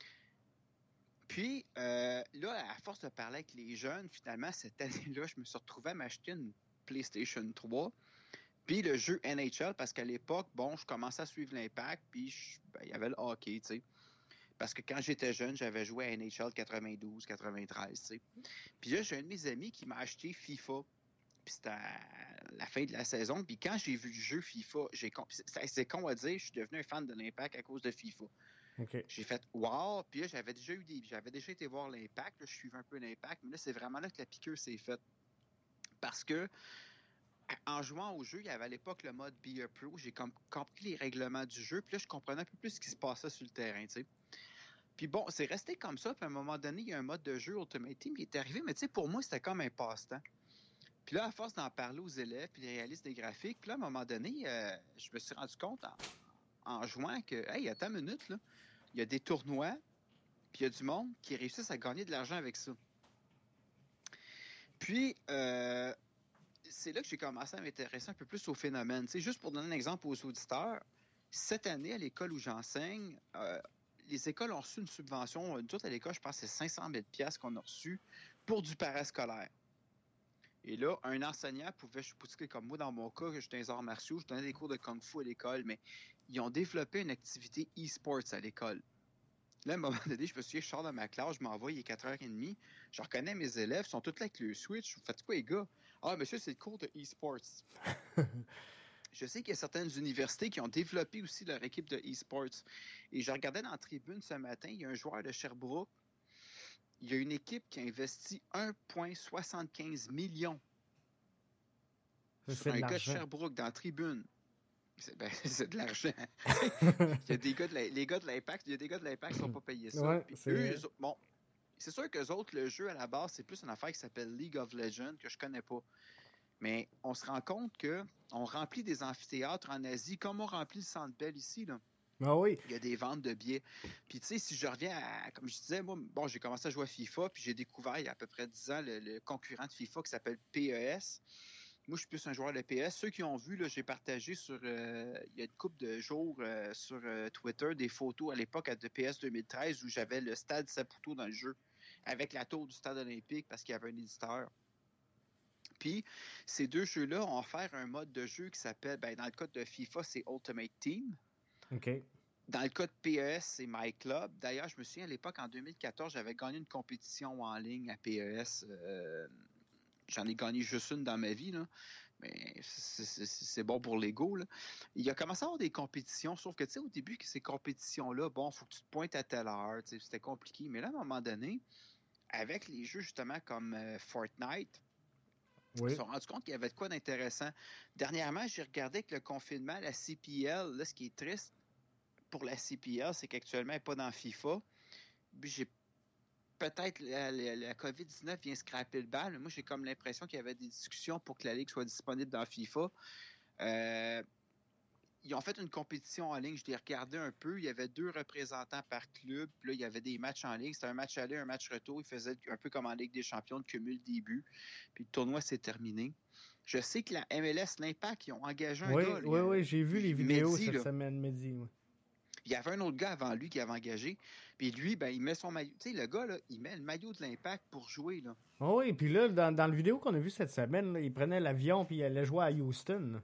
S3: Puis, euh, là, à force de parler avec les jeunes, finalement, cette année-là, je me suis retrouvé à m'acheter une PlayStation trois, puis le jeu N H L, parce qu'à l'époque, bon, je commençais à suivre l'Impact, puis je, ben, il y avait le hockey, tu sais. Parce que quand j'étais jeune, j'avais joué à N H L quatre-vingt-douze quatre-vingt-treize, tu sais. Puis là, j'ai un de mes amis qui m'a acheté FIFA. Puis c'était à la fin de la saison. Puis quand j'ai vu le jeu FIFA, j'ai c'est, c'est con à dire, je suis devenu un fan de l'Impact à cause de FIFA.
S2: Okay.
S3: J'ai fait « wow », puis là, j'avais déjà eu des... J'avais déjà été voir l'Impact, là, je suivais un peu l'Impact, mais là, c'est vraiment là que la piqûre s'est faite. Parce que, en jouant au jeu, il y avait à l'époque le mode Be a Pro, j'ai com- compris les règlements du jeu, puis là, je comprenais un peu plus ce qui se passait sur le terrain, tu sais. Puis bon, c'est resté comme ça, puis à un moment donné, il y a un mode de jeu Ultimate Team qui est arrivé, mais tu sais, pour moi, c'était comme un passe-temps. Puis là, à force d'en parler aux élèves, puis les réalistes des graphiques, puis là, à un moment donné, euh, je me suis rendu compte en, en jouant que, hey, attends une minute, là, il y a des tournois, puis il y a du monde qui réussissent à gagner de l'argent avec ça. Puis, euh, c'est là que j'ai commencé à m'intéresser un peu plus au phénomène. Tu sais, juste pour donner un exemple aux auditeurs, cette année, à l'école où j'enseigne, euh, les écoles ont reçu une subvention, nous autres à l'école, je pense que c'est cinq cent mille dollars qu'on a reçu pour du parascolaire. Et là, un enseignant pouvait, je suis comme moi dans mon cas, que j'étais dans les arts martiaux, je donnais des cours de kung-fu à l'école, mais ils ont développé une activité e-sports à l'école. Là, à un moment donné, je me souviens, je sors de ma classe, je m'envoie, il est quatre heures trente, je reconnais mes élèves, ils sont tous là avec le Switch. Vous faites quoi, les gars? Ah, monsieur, c'est le cours de e-sports. Je sais qu'il y a certaines universités qui ont développé aussi leur équipe de e-sports. Et je regardais dans la tribune ce matin, il y a un joueur de Sherbrooke. Il y a une équipe qui a investi un virgule soixante-quinze million
S2: Ça,
S3: sur un
S2: de
S3: gars de Sherbrooke dans la tribune. C'est, ben, c'est de l'argent. Il y a des gars de la, les gars de l'Impact, il y a des gars de l'Impact qui ne sont pas payés ça.
S2: Ouais,
S3: Puis
S2: c'est
S3: eux, eux, bon, c'est sûr qu'eux autres, le jeu à la base, c'est plus une affaire qui s'appelle League of Legends, que je connais pas. Mais on se rend compte qu'on remplit des amphithéâtres en Asie, comme on remplit le Centre Bell ici, là.
S2: Ah oui.
S3: Il y a des ventes de billets. Puis tu sais, si je reviens à, comme je disais, moi, bon, j'ai commencé à jouer à FIFA, puis j'ai découvert il y a à peu près dix ans le, le concurrent de FIFA qui s'appelle P E S. Moi, je suis plus un joueur de P S. Ceux qui ont vu, là, j'ai partagé sur, euh, il y a une couple de jours euh, sur euh, Twitter des photos à l'époque de P S deux mille treize où j'avais le stade Saputo dans le jeu, avec la tour du stade olympique parce qu'il y avait un éditeur. Puis, ces deux jeux-là ont offert un mode de jeu qui s'appelle, ben, dans le cas de FIFA, c'est Ultimate Team.
S2: OK.
S3: Dans le cas de P E S, c'est My Club. D'ailleurs, je me souviens, à l'époque, en deux mille quatorze, j'avais gagné une compétition en ligne à P E S. Euh, j'en ai gagné juste une dans ma vie, là. Mais c'est, c'est, c'est bon pour l'ego, là. Il a commencé à avoir des compétitions, sauf que, tu sais, au début, ces compétitions-là, bon, il faut que tu te pointes à telle heure, tu sais, c'était compliqué. Mais là, à un moment donné, avec les jeux, justement, comme euh, Fortnite,
S2: oui.
S3: Ils se sont rendus compte qu'il y avait de quoi d'intéressant. Dernièrement, j'ai regardé avec le confinement, la C P L, là, ce qui est triste, pour la C P L, c'est qu'actuellement, elle n'est pas dans FIFA. Puis j'ai peut-être la, la, la covid dix-neuf vient scraper le bal, mais moi, j'ai comme l'impression qu'il y avait des discussions pour que la Ligue soit disponible dans FIFA. Euh, ils ont fait une compétition en ligne, je l'ai regardé un peu. Il y avait deux représentants par club. Puis là, il y avait des matchs en ligne. C'était un match aller, un match retour. Ils faisaient un peu comme en Ligue des champions, de cumul des buts. Puis le tournoi s'est terminé. Je sais que la M L S, l'Impact, ils ont engagé un
S2: oui,
S3: gars.
S2: Oui, oui, j'ai vu les vidéos
S3: Mehdi,
S2: cette
S3: là.
S2: semaine, Mehdi. Ouais.
S3: Il y avait un autre gars avant lui qui avait engagé. Puis lui, ben, il met son maillot. Tu sais, le gars, là, il met le maillot de l'Impact pour jouer. Là.
S2: Oh oui, puis là, dans, dans la vidéo qu'on a vue cette semaine, là, il prenait l'avion puis il allait jouer à Houston.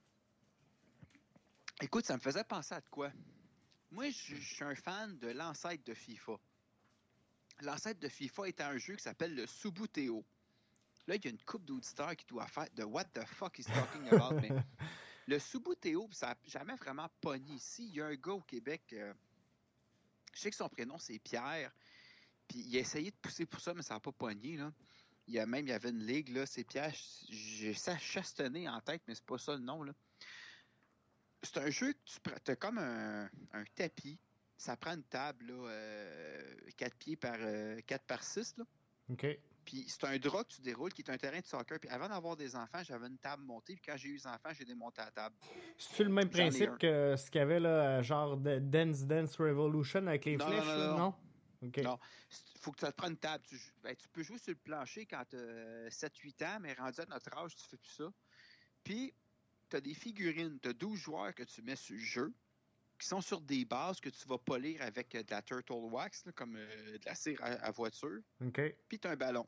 S3: Écoute, ça me faisait penser à de quoi? Moi, je, je suis un fan de l'ancêtre de FIFA. L'ancêtre de FIFA était un jeu qui s'appelle le Subuteo. Là, il y a une couple d'auditeurs qui doivent faire de what the fuck is talking about. Mais le Subuteo, ça n'a jamais vraiment pogné ici. Il y a un gars au Québec, euh, je sais que son prénom c'est Pierre, puis il a essayé de pousser pour ça, mais ça n'a pas pogné. Là. Il y a même, il y avait une ligue, là, c'est Pierre, j'ai ça chastonné en tête, mais c'est pas ça le nom. Là. C'est un jeu que tu as comme un, un tapis. Ça prend une table, là, euh, quatre pieds par euh, quatre par six. Là.
S2: OK.
S3: Puis c'est un drap que tu déroules qui est un terrain de soccer. Puis avant d'avoir des enfants, j'avais une table montée. Puis quand j'ai eu des enfants, j'ai démonté la table.
S2: C'est-tu le même principe que ce qu'il y avait là, genre de Dance Dance Revolution avec les
S3: non,
S2: flèches?
S3: Non, non, non.
S2: Non? OK.
S3: Non. Faut que tu te prennes une table. Tu, ben, tu peux jouer sur le plancher quand tu as sept huit ans, mais rendu à notre âge, tu fais plus ça. Puis tu as des figurines. Tu as douze joueurs que tu mets sur le jeu qui sont sur des bases que tu vas polir avec de la turtle wax, là, comme euh, de la cire à, à voiture.
S2: OK.
S3: Puis tu as un ballon.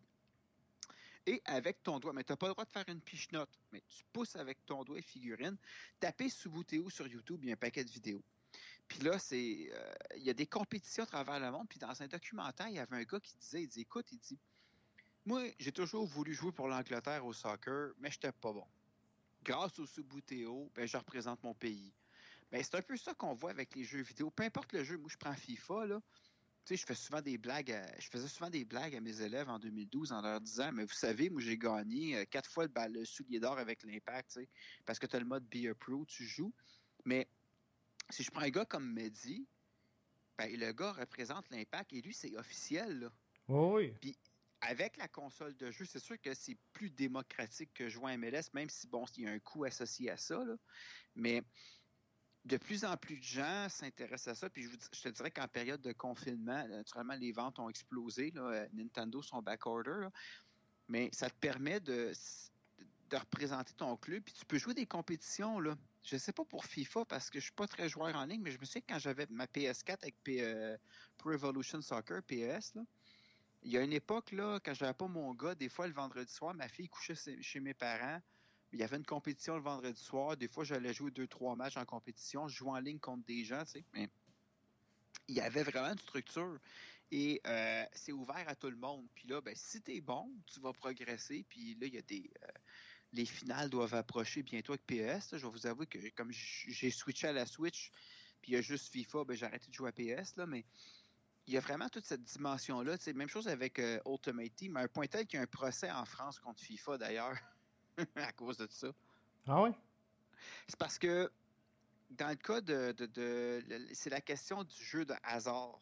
S3: Et avec ton doigt, mais tu n'as pas le droit de faire une piche-note, mais tu pousses avec ton doigt et figurine, tapez Subuteo sur YouTube, il y a un paquet de vidéos. Puis là, c'est euh, il y a des compétitions à travers le monde, puis dans un documentaire, il y avait un gars qui disait, il dit, écoute, il dit, moi, j'ai toujours voulu jouer pour l'Angleterre au soccer, mais je n'étais pas bon. Grâce au Subuteo, ben, je représente mon pays. Ben, c'est un peu ça qu'on voit avec les jeux vidéo. Peu importe le jeu, moi, je prends FIFA, là. Tu sais, je fais souvent des blagues, à, je faisais souvent des blagues à mes élèves en deux mille douze en leur disant, mais vous savez, moi, j'ai gagné euh, quatre fois le, le soulier d'or avec l'Impact, tu sais, parce que tu as le mode Be a Pro, tu joues. Mais si je prends un gars comme Mehdi, ben, le gars représente l'Impact et lui, c'est officiel, là.
S2: Oh oui.
S3: Puis, avec la console de jeu, c'est sûr que c'est plus démocratique que jouer à M L S, même si, bon, il y a un coût associé à ça, là. Mais de plus en plus de gens s'intéressent à ça. Puis je, vous, je te dirais qu'en période de confinement, naturellement, les ventes ont explosé. Là. Nintendo sont backorder. Là. Mais ça te permet de, de représenter ton club. Puis tu peux jouer des compétitions. Là. Je ne sais pas pour FIFA parce que je ne suis pas très joueur en ligne, mais je me souviens que quand j'avais ma P S quatre avec P, euh, Pro Evolution Soccer, P E S, là, il y a une époque, là, quand je n'avais pas mon gars, des fois, le vendredi soir, ma fille couchait chez mes parents. Il y avait une compétition le vendredi soir. Des fois, j'allais jouer deux, trois matchs en compétition. Je jouais en ligne contre des gens, tu sais. Mais il y avait vraiment une structure. Et euh, c'est ouvert à tout le monde. Puis là, ben, si t'es bon, tu vas progresser. Puis là, il y a des... Euh, les finales doivent approcher bientôt avec P E S. Là. Je vais vous avouer que comme j'ai switché à la Switch, puis il y a juste FIFA, ben, j'ai arrêté de jouer à P S. Là, mais il y a vraiment toute cette dimension-là. Tu sais, même chose avec euh, Ultimate Team. À un point tel qu'il y a un procès en France contre FIFA, d'ailleurs. à cause de ça.
S2: Ah oui?
S3: C'est parce que dans le cas de, de, de, de c'est la question du jeu de hasard.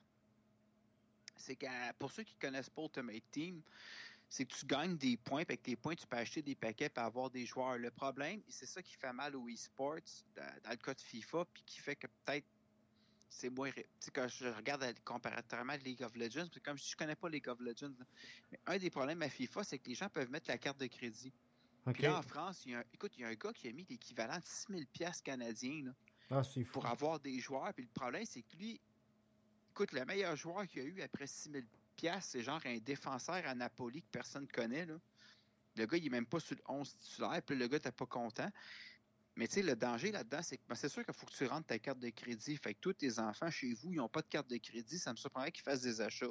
S3: C'est que pour ceux qui ne connaissent pas Ultimate Team, c'est que tu gagnes des points, puis avec tes points, tu peux acheter des paquets et avoir des joueurs. Le problème, et c'est ça qui fait mal aux e-sports dans, dans le cas de FIFA, puis qui fait que peut-être c'est moins... Tu sais, quand je regarde comparativement à League of Legends, parce que comme je ne connais pas League of Legends, mais un des problèmes à FIFA, c'est que les gens peuvent mettre la carte de crédit. Okay. Puis là, en France, il y a un, écoute, il y a un gars qui a mis l'équivalent de six mille dollars canadiens là,
S2: ah, c'est fou.
S3: Pour avoir des joueurs. Puis le problème, c'est que lui, écoute, le meilleur joueur qu'il y a eu après six mille dollars, c'est genre un défenseur à Napoli que personne ne connaît. Là. Le gars, il n'est même pas sur le onze titulaire. Puis le gars, t'es pas content. Mais tu sais, le danger là-dedans, c'est que ben, c'est sûr qu'il faut que tu rentres ta carte de crédit. Fait que tous tes enfants chez vous, ils n'ont pas de carte de crédit. Ça me surprendrait qu'ils fassent des achats.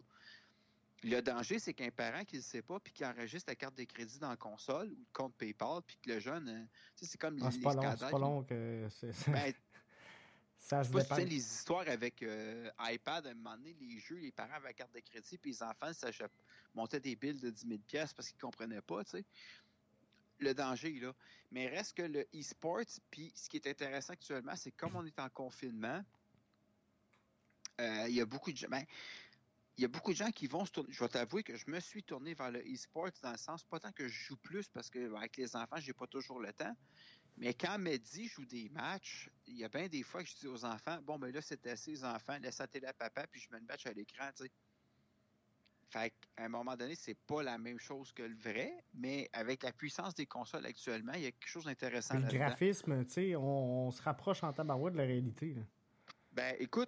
S3: Le danger, c'est qu'un parent qui ne le sait pas puis qui enregistre la carte de crédit dans la console ou le compte PayPal puis que le jeune, euh, tu sais, c'est comme
S2: ah,
S3: les,
S2: c'est
S3: les
S2: pas
S3: scandales.
S2: C'est pas long que c'est...
S3: Ben,
S2: ça
S3: je
S2: se
S3: sais pas si tu
S2: dépend.
S3: sais les histoires avec euh, iPad, à un moment donné, les jeux, les parents avaient la carte de crédit puis les enfants ça, montaient des billes de dix mille dollars parce qu'ils ne comprenaient pas, tu sais. Le danger, là. Mais reste que le e-sport, puis ce qui est intéressant actuellement, c'est que comme on est en confinement, euh, il y a beaucoup de gens. Ben, il y a beaucoup de gens qui vont se tourner. Je vais t'avouer que je me suis tourné vers le e-sport dans le sens, pas tant que je joue plus parce que avec les enfants, j'ai pas toujours le temps. Mais quand Mehdi joue des matchs, il y a bien des fois que je dis aux enfants, bon, ben là, c'est assez, les enfants, laisse la télé à papa, puis je mets le match à l'écran, tu sais. Fait qu'à un moment donné, c'est pas la même chose que le vrai, mais avec la puissance des consoles actuellement, il y a quelque chose d'intéressant
S2: Puis le
S3: là-dedans.
S2: graphisme, tu sais, on, on se rapproche en tabarouette de la réalité. Là.
S3: Ben, écoute,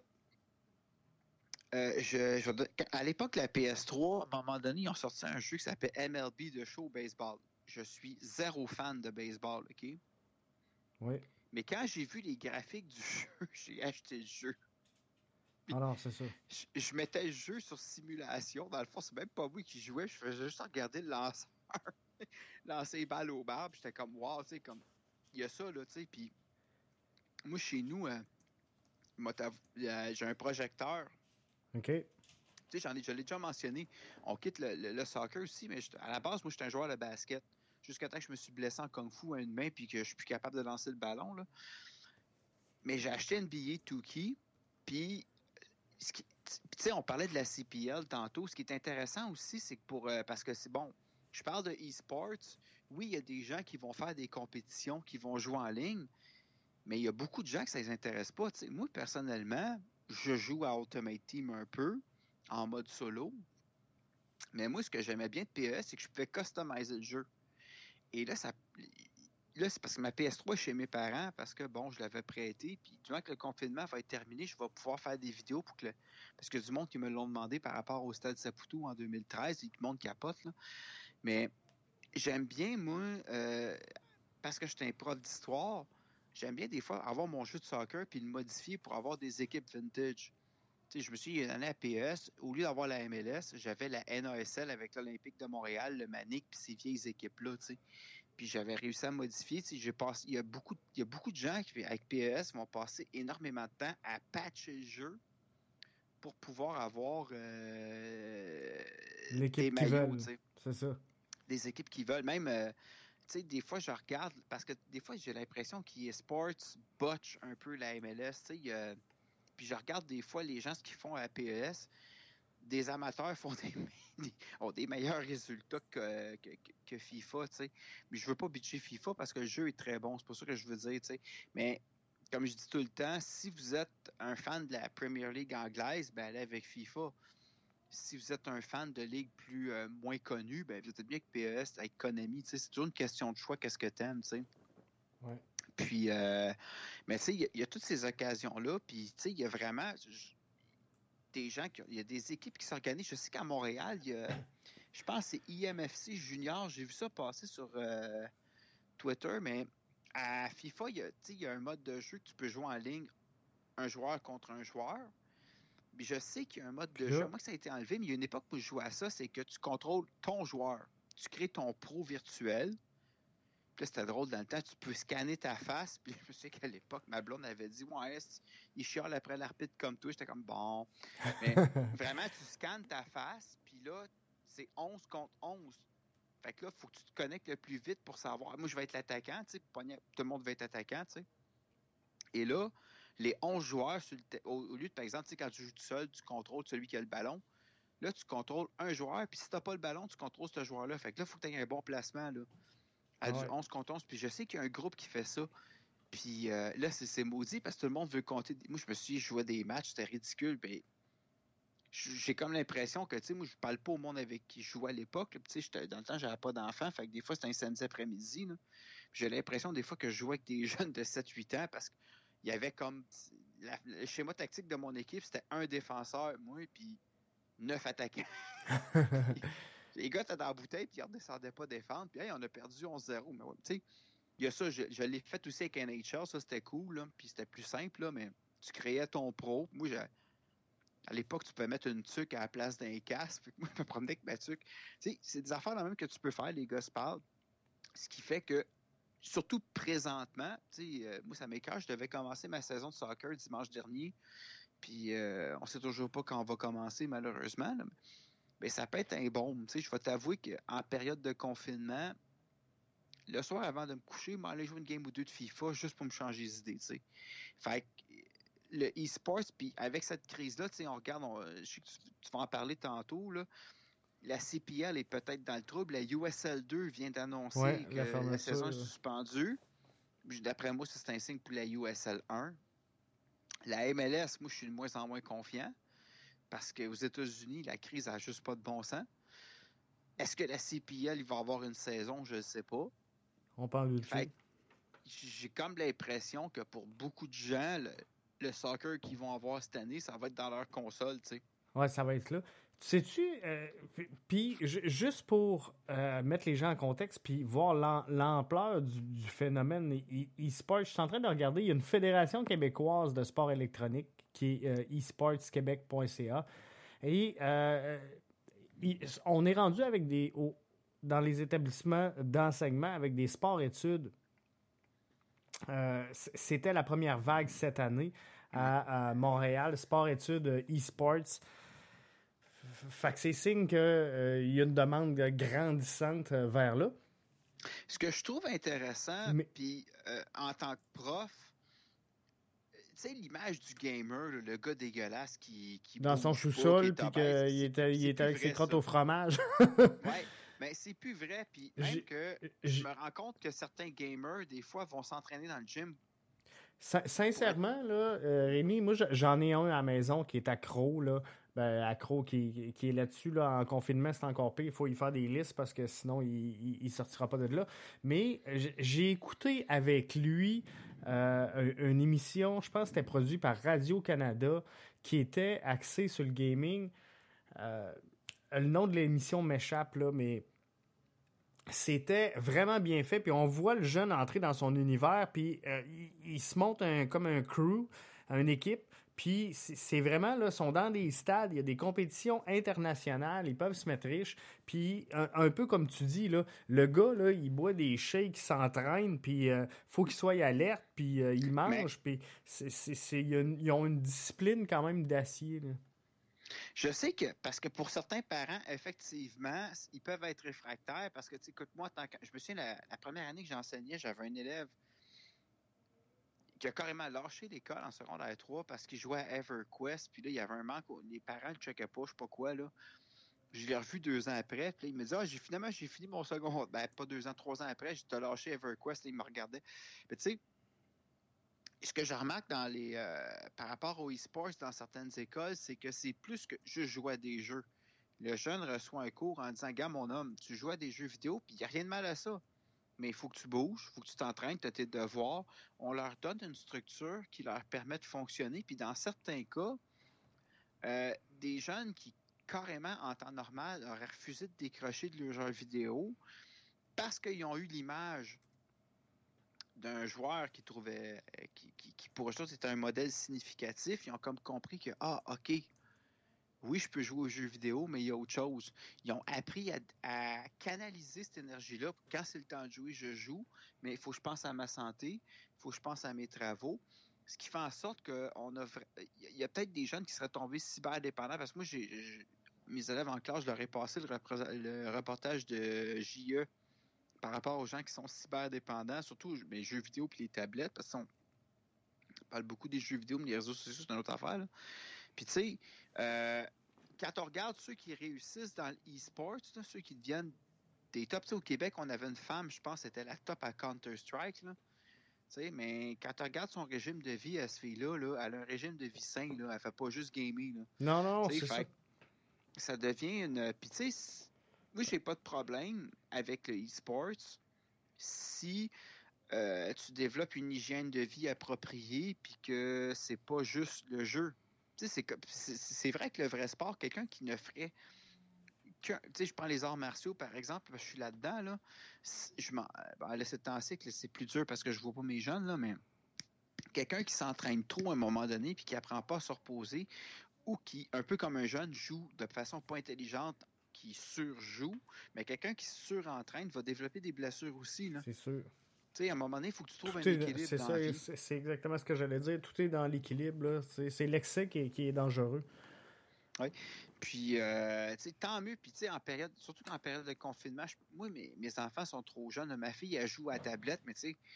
S3: euh, je, je, à l'époque de la P S trois, à un moment donné, ils ont sorti un jeu qui s'appelle M L B The Show Baseball. Je suis zéro fan de baseball, OK?
S2: Oui.
S3: Mais quand j'ai vu les graphiques du jeu, j'ai acheté le jeu.
S2: Puis, alors, c'est ça.
S3: Je, je mettais le jeu sur simulation. Dans le fond, c'est même pas moi qui jouais. Je faisais juste regarder le lanceur lancer les balles au bar. Puis j'étais comme, wow, tu sais, comme, il y a ça, là, tu sais. Puis moi, chez nous, euh, euh, j'ai un projecteur.
S2: OK.
S3: Tu sais, j'en ai, je l'ai déjà mentionné. On quitte le, le, le soccer aussi, mais à la base, moi, j'étais un joueur de basket. Jusqu'à temps que je me suis blessé en kung-fu à une main puis que je suis plus capable de lancer le ballon, là. Mais j'ai acheté N B A deux K, puis tu sais, on parlait de la C P L tantôt. Ce qui est intéressant aussi, c'est que pour euh, parce que c'est bon, je parle de e-sports. Oui, il y a des gens qui vont faire des compétitions, qui vont jouer en ligne, mais il y a beaucoup de gens que ça les intéresse pas. T'sais, moi, personnellement, je joue à Ultimate Team un peu, en mode solo. Mais moi, ce que j'aimais bien de P E S, c'est que je pouvais customiser le jeu. Et là, ça. Là, c'est parce que ma P S trois est chez mes parents, parce que, bon, je l'avais prêté, puis durant que le confinement va être terminé, je vais pouvoir faire des vidéos pour que... Le... Parce que du monde qui me l'ont demandé par rapport au Stade Saputo en deux mille treize, et tout le monde capote, là. Mais j'aime bien, moi, euh, parce que je suis un prof d'histoire, j'aime bien des fois avoir mon jeu de soccer puis le modifier pour avoir des équipes vintage. Tu sais, je me suis dit, il y a une année à P E S, au lieu d'avoir la M L S, j'avais la N A S L avec l'Olympique de Montréal, le Manic, puis ces vieilles équipes-là, tu sais. Puis j'avais réussi à modifier. Tu sais, j'ai passé, il y a beaucoup, il y a beaucoup de gens qui, avec P E S, vont passer énormément de temps à patcher le jeu pour pouvoir avoir euh, des
S2: L'équipe qui
S3: maillots,
S2: veulent.
S3: tu sais.
S2: C'est ça.
S3: Des équipes qui veulent. Même, euh, tu sais, des fois, je regarde, parce que des fois, j'ai l'impression qu'il est sports botch un peu la M L S, tu sais. Euh, puis je regarde des fois les gens ce qu'ils font à P E S. Des amateurs font des, ont des meilleurs résultats que, que, que FIFA, tu sais. Mais je veux pas bitcher FIFA parce que le jeu est très bon, c'est pas ça que je veux dire, tu sais. Mais comme je dis tout le temps, si vous êtes un fan de la Premier League anglaise, ben allez avec FIFA. Si vous êtes un fan de ligue plus euh, moins connue, ben vous êtes bien que P E S avec Konami, tu sais, c'est toujours une question de choix, qu'est-ce que t'aimes, tu sais.
S2: Ouais.
S3: Puis, euh, mais tu sais, il y, y a toutes ces occasions-là, puis tu sais, il y a vraiment... Je, des gens, qui, il y a des équipes qui s'organisent. Je sais qu'à Montréal, il y a, je pense que c'est I M F C Junior. J'ai vu ça passer sur euh, Twitter, mais à FIFA, il y, a, il y a un mode de jeu que tu peux jouer en ligne, un joueur contre un joueur. Puis je sais qu'il y a un mode
S2: Puis
S3: de
S2: là,
S3: jeu. Moi, que ça a été enlevé, mais il y a une époque où je jouais à ça, c'est que tu contrôles ton joueur. Tu crées ton pro virtuel. Puis là, c'était drôle dans le temps, tu peux scanner ta face. Puis je sais qu'à l'époque, ma blonde avait dit, ouais, il chiale après l'arbitre comme toi. J'étais comme, bon. Mais vraiment, tu scannes ta face, puis là, c'est onze contre onze. Fait que là, il faut que tu te connectes le plus vite pour savoir. Moi, je vais être l'attaquant, tu sais. Tout le monde va être attaquant, tu sais. Et là, les onze joueurs, sur le t- au, au lieu de, par exemple, tu sais, quand tu joues tout seul, tu contrôles celui qui a le ballon. Là, tu contrôles un joueur, puis si tu n'as pas le ballon, tu contrôles ce joueur-là. Fait que là, il faut que tu aies un bon placement, là. À du
S2: ouais.
S3: onze contre onze. Puis je sais qu'il y a un groupe qui fait ça. Puis euh, là, c'est, c'est maudit parce que tout le monde veut compter. Moi, je me suis dit, je jouais des matchs, c'était ridicule. Ben, j'ai comme l'impression que, tu sais, moi, je parle pas au monde avec qui je jouais à l'époque. Tu sais, dans le temps, j'avais pas d'enfants. Fait que des fois, c'était un samedi après-midi. Là. J'ai l'impression des fois que je jouais avec des jeunes de sept huit ans parce qu'il y avait comme... La, le schéma tactique de mon équipe, c'était un défenseur, moi, puis neuf attaquants. Les gars étaient dans la bouteille, puis ils ne redescendaient pas défendre. Puis, hey, on a perdu onze zéro. Mais ouais, tu sais, il y a ça, je, je l'ai fait aussi avec N H L, ça c'était cool, là, puis c'était plus simple, là, mais tu créais ton pro. Moi, j'ai, à l'époque, tu pouvais mettre une tuque à la place d'un casque, puis moi, je me promenais avec ma tuque. Tu sais, c'est des affaires là même que tu peux faire, les gars se parlent, ce qui fait que, surtout présentement, tu sais, euh, moi, ça m'écoeure, je devais commencer ma saison de soccer dimanche dernier, puis euh, on sait toujours pas quand on va commencer, malheureusement, là, mais ça peut être un baume. Tu sais, je vais t'avouer qu'en période de confinement, le soir avant de me coucher, je m'allais jouer une game ou deux de FIFA juste pour me changer les idées, tu sais. Fait que le e-sports, puis avec cette crise-là, tu sais, on regarde, on, je sais que tu, tu vas en parler tantôt, là, la C P L est peut-être dans le trouble. La U S L deux vient d'annoncer
S2: ouais,
S3: que
S2: la,
S3: la saison est suspendue. D'après moi, ça, c'est un signe pour la U S L un. La M L S, moi, je suis de moins en moins confiant parce qu'aux États-Unis, la crise n'a juste pas de bon sens. Est-ce que la C P L il va avoir une saison? Je ne sais pas.
S2: On parle de
S3: fait J'ai comme l'impression que pour beaucoup de gens, le, le soccer qu'ils vont avoir cette année, ça va être dans leur console, tu sais.
S2: Ouais, ça va être là. Sais-tu, euh, puis juste pour euh, mettre les gens en contexte, puis voir l'ampleur du, du phénomène e-sport, je suis en train de regarder, il y a une fédération québécoise de sport électronique qui est euh, e sports québec point c a. Et euh, on est rendu avec des au, dans les établissements d'enseignement avec des sports-études. Euh, C'était la première vague cette année à, à Montréal, sport-études e-sports. Fait que c'est signe qu'il euh, y a une demande grandissante vers là.
S3: Ce que je trouve intéressant, Mais... puis euh, en tant que prof, tu sais, l'image du gamer, là, le gars dégueulasse qui, qui
S2: dans son sous-sol, puis qu'il était, il était avec ses crottes au fromage.
S3: Ouais, mais c'est plus vrai. Puis même que je me rends compte que certains gamers, des fois, vont s'entraîner dans le gym.
S2: Sincèrement, là, euh, Rémi, moi, j'en ai un à la maison qui est accro, là. Ben, accro qui, qui est là-dessus, là, en confinement, c'est encore pire. Il faut y faire des listes parce que sinon, il ne sortira pas de là. Mais j'ai écouté avec lui euh, une émission, je pense que c'était produit par Radio-Canada, qui était axée sur le gaming. Euh, le nom de l'émission m'échappe, là, mais c'était vraiment bien fait. Puis on voit le jeune entrer dans son univers, puis euh, il, il se monte un, comme un crew, une équipe. Puis c'est vraiment, là, ils sont dans des stades, il y a des compétitions internationales, ils peuvent se mettre riches. Puis un, un peu comme tu dis, là, le gars, là, il boit des shakes, il s'entraîne, puis euh, faut qu'il soit alerte, puis euh, il mange. Mais... Puis c'est, c'est, c'est, ils ont une discipline quand même d'acier, là.
S3: Je sais que, parce que pour certains parents, effectivement, ils peuvent être réfractaires parce que, tu sais, écoute, moi, tant que, je me souviens, la, la première année que j'enseignais, j'avais un élève qui a carrément lâché l'école en secondaire trois parce qu'il jouait à EverQuest, puis là, il y avait un manque, les parents le checkaient pas, je sais pas quoi, là. Je l'ai revu deux ans après, puis là, il me dit « Ah, j'ai, finalement, j'ai fini mon secondaire. » Ben, pas deux ans, trois ans après, j'ai lâché EverQuest, là, il me regardait. Mais tu sais, ce que je remarque dans les, euh, par rapport aux e-sports dans certaines écoles, c'est que c'est plus que juste jouer à des jeux. Le jeune reçoit un cours en disant « Gars, mon homme, tu joues à des jeux vidéo, puis il n'y a rien de mal à ça. Mais il faut que tu bouges, il faut que tu t'entraînes, tu as tes devoirs. » On leur donne une structure qui leur permet de fonctionner. Puis dans certains cas, euh, des jeunes qui, carrément, en temps normal, auraient refusé de décrocher de leurs jeux vidéo parce qu'ils ont eu l'image d'un joueur qui trouvait, qui, qui, qui pour eux, c'était un modèle significatif. Ils ont comme compris que, ah, OK, oui, je peux jouer aux jeux vidéo, mais il y a autre chose. Ils ont appris à, à canaliser cette énergie-là. Quand c'est le temps de jouer, je joue, mais il faut que je pense à ma santé, il faut que je pense à mes travaux. Ce qui fait en sorte qu'on a... Il y a peut-être des jeunes qui seraient tombés cyberdépendants, parce que moi, j'ai, j'ai, mes élèves en classe, je leur ai passé le, repré- le reportage de J E par rapport aux gens qui sont cyberdépendants, surtout les jeux vidéo et les tablettes, parce qu'on parle beaucoup des jeux vidéo, mais les réseaux sociaux, c'est une autre affaire, là. Puis tu sais, euh, quand on regarde ceux qui réussissent dans l'e-sport, là, ceux qui deviennent des tops, au Québec, on avait une femme, je pense, c'était la top à Counter-Strike, là. T'sais, mais quand tu regardes son régime de vie à ce fille-là, là, elle a un régime de vie sain, là, elle fait pas juste gamer. Là.
S2: Non, non, t'sais, c'est ça.
S3: Ça devient une... Puis tu sais, moi, j'ai pas de problème avec le e-sport si euh, tu développes une hygiène de vie appropriée puis que c'est pas juste le jeu. Tu sais, c'est, c'est, c'est vrai que le vrai sport, quelqu'un qui ne ferait... Tu sais, je prends les arts martiaux, par exemple, je suis là-dedans, là. Je m'en... Ben, là, c'est temps-ci que c'est plus dur parce que je vois pas mes jeunes, là, mais quelqu'un qui s'entraîne trop à un moment donné puis qui apprend pas à se reposer ou qui, un peu comme un jeune, joue de façon pas intelligente, qui surjoue, mais quelqu'un qui surentraîne va développer des blessures aussi, là.
S2: C'est sûr.
S3: Tu sais, à un moment donné, il faut que tu trouves
S2: tout
S3: un
S2: est,
S3: équilibre
S2: c'est
S3: dans
S2: ça,
S3: la vie.
S2: C'est, c'est exactement ce que j'allais dire. Tout est dans l'équilibre, là. C'est, c'est l'excès qui est, qui est dangereux.
S3: Oui. Puis, euh, tu sais, tant mieux. Puis, tu sais, en période, surtout qu'en période de confinement, je, moi, mes, mes enfants sont trop jeunes. Ma fille, elle joue à la tablette, mais tu sais,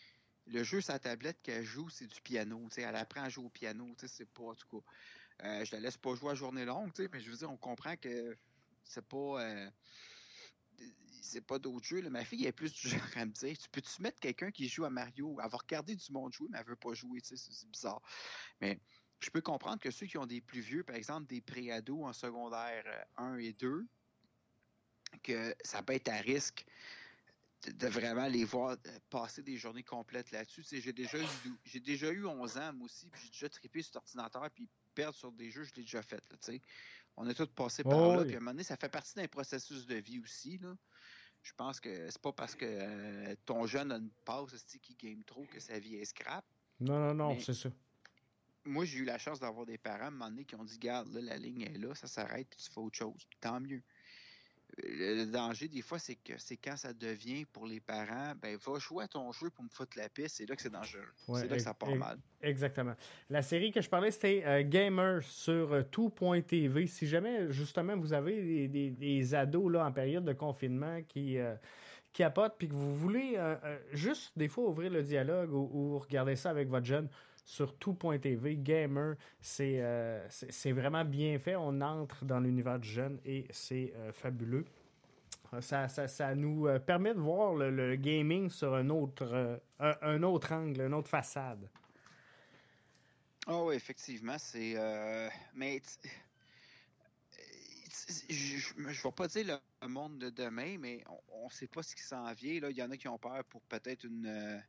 S3: le jeu sur la tablette qu'elle joue, c'est du piano. Tu sais, elle apprend à jouer au piano. Tu sais, c'est pas, en tout cas. Euh, je la laisse pas jouer à journée longue, tu sais, mais je veux dire, on comprend que c'est pas. Euh, c'est pas d'autres jeux. Là. Ma fille est plus du genre à me dire, tu peux-tu mettre quelqu'un qui joue à Mario? Elle va regarder du monde jouer, mais elle veut pas jouer, tu sais, c'est, c'est bizarre. Mais je peux comprendre que ceux qui ont des plus vieux, par exemple, des pré-ados en secondaire un et deux, que ça peut être à risque de, de vraiment les voir passer des journées complètes là-dessus. Tu sais, j'ai déjà eu j'ai déjà eu onze ans, moi aussi, puis j'ai déjà trippé sur l'ordinateur, puis perdre sur des jeux, je l'ai déjà fait, là, tu sais. On a tous passé par
S2: Oh,
S3: là,
S2: oui.
S3: puis à un moment donné, ça fait partie d'un processus de vie aussi, là. Je pense que c'est pas parce que euh, ton jeune a une passe qui game trop que sa vie est scrap.
S2: Non, non, non,
S3: Mais
S2: c'est ça.
S3: moi, j'ai eu la chance d'avoir des parents à un moment donné qui ont dit, garde, là, la ligne est là, ça s'arrête, puis tu fais autre chose. Puis tant mieux. Le danger, des fois, c'est que c'est quand ça devient pour les parents, ben, va jouer à ton jeu pour me foutre la piste. C'est là que c'est dangereux.
S2: Ouais,
S3: c'est là que ça part
S2: e-
S3: mal.
S2: Exactement. La série que je parlais, c'était euh, Gamer sur euh, tout point t v. Si jamais, justement, vous avez des, des, des ados là, en période de confinement qui, euh, qui capotent, puis que vous voulez euh, euh, juste, des fois, ouvrir le dialogue ou, ou regarder ça avec votre jeune sur tout point t v, Gamer, c'est, euh, c'est, c'est vraiment bien fait. On entre dans l'univers du jeune et c'est euh, fabuleux. Ça, ça, ça nous euh, permet de voir le, le gaming sur un autre, euh, un, un autre angle, une autre façade.
S3: Ah oui, effectivement, c'est... Euh... Mais... Je ne vais pas dire le monde de demain, mais on ne sait pas ce qui s'en vient. Là. Il y en a qui ont peur pour peut-être une... Euh...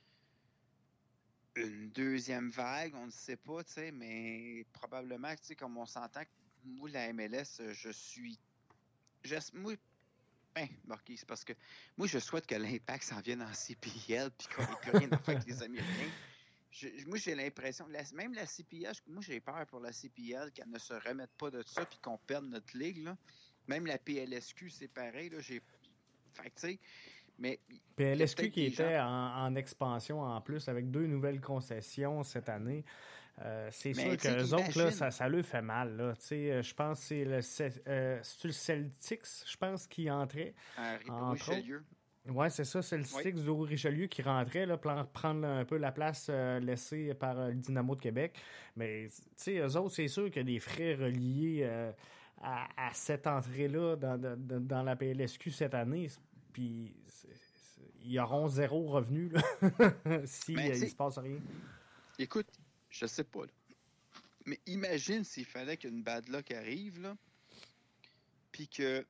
S3: une deuxième vague, on ne sait pas, tu sais, mais probablement, tu sais, comme on s'entend, moi, la M L S, je suis... Je... Moi, ben, marqué, c'est parce que moi, je souhaite que l'Impact s'en vienne en C P L puis qu'on n'ait plus rien à faire avec les Américains. Je, moi, j'ai l'impression, la, même la C P L, moi, j'ai peur pour la C P L qu'elle ne se remette pas de ça puis qu'on perde notre ligue, là. Même la P L S Q, c'est pareil, là, j'ai... Fait que, tu sais, mais...
S2: P L S Q qui était
S3: gens...
S2: en, en expansion en plus, avec deux nouvelles concessions cette année. Euh, c'est
S3: mais
S2: sûr que les autres, là, ça, ça leur fait mal. Là. Je pense que c'est le, euh, c'est le Celtics, je pense, qui entrait.
S3: À Richelieu.
S2: Oui, c'est ça, c'est le Celtics oui. du Richelieu qui rentrait là, pour prendre un peu la place euh, laissée par euh, le Dynamo de Québec. Mais eux autres, c'est sûr qu'il y a des frais reliés euh, à, à cette entrée-là dans, dans, dans la P L S Q cette année. Puis ils auront zéro revenu si il ne se passe rien.
S3: Écoute, je sais pas, là. Mais imagine s'il fallait qu'une bad luck arrive, là, puis que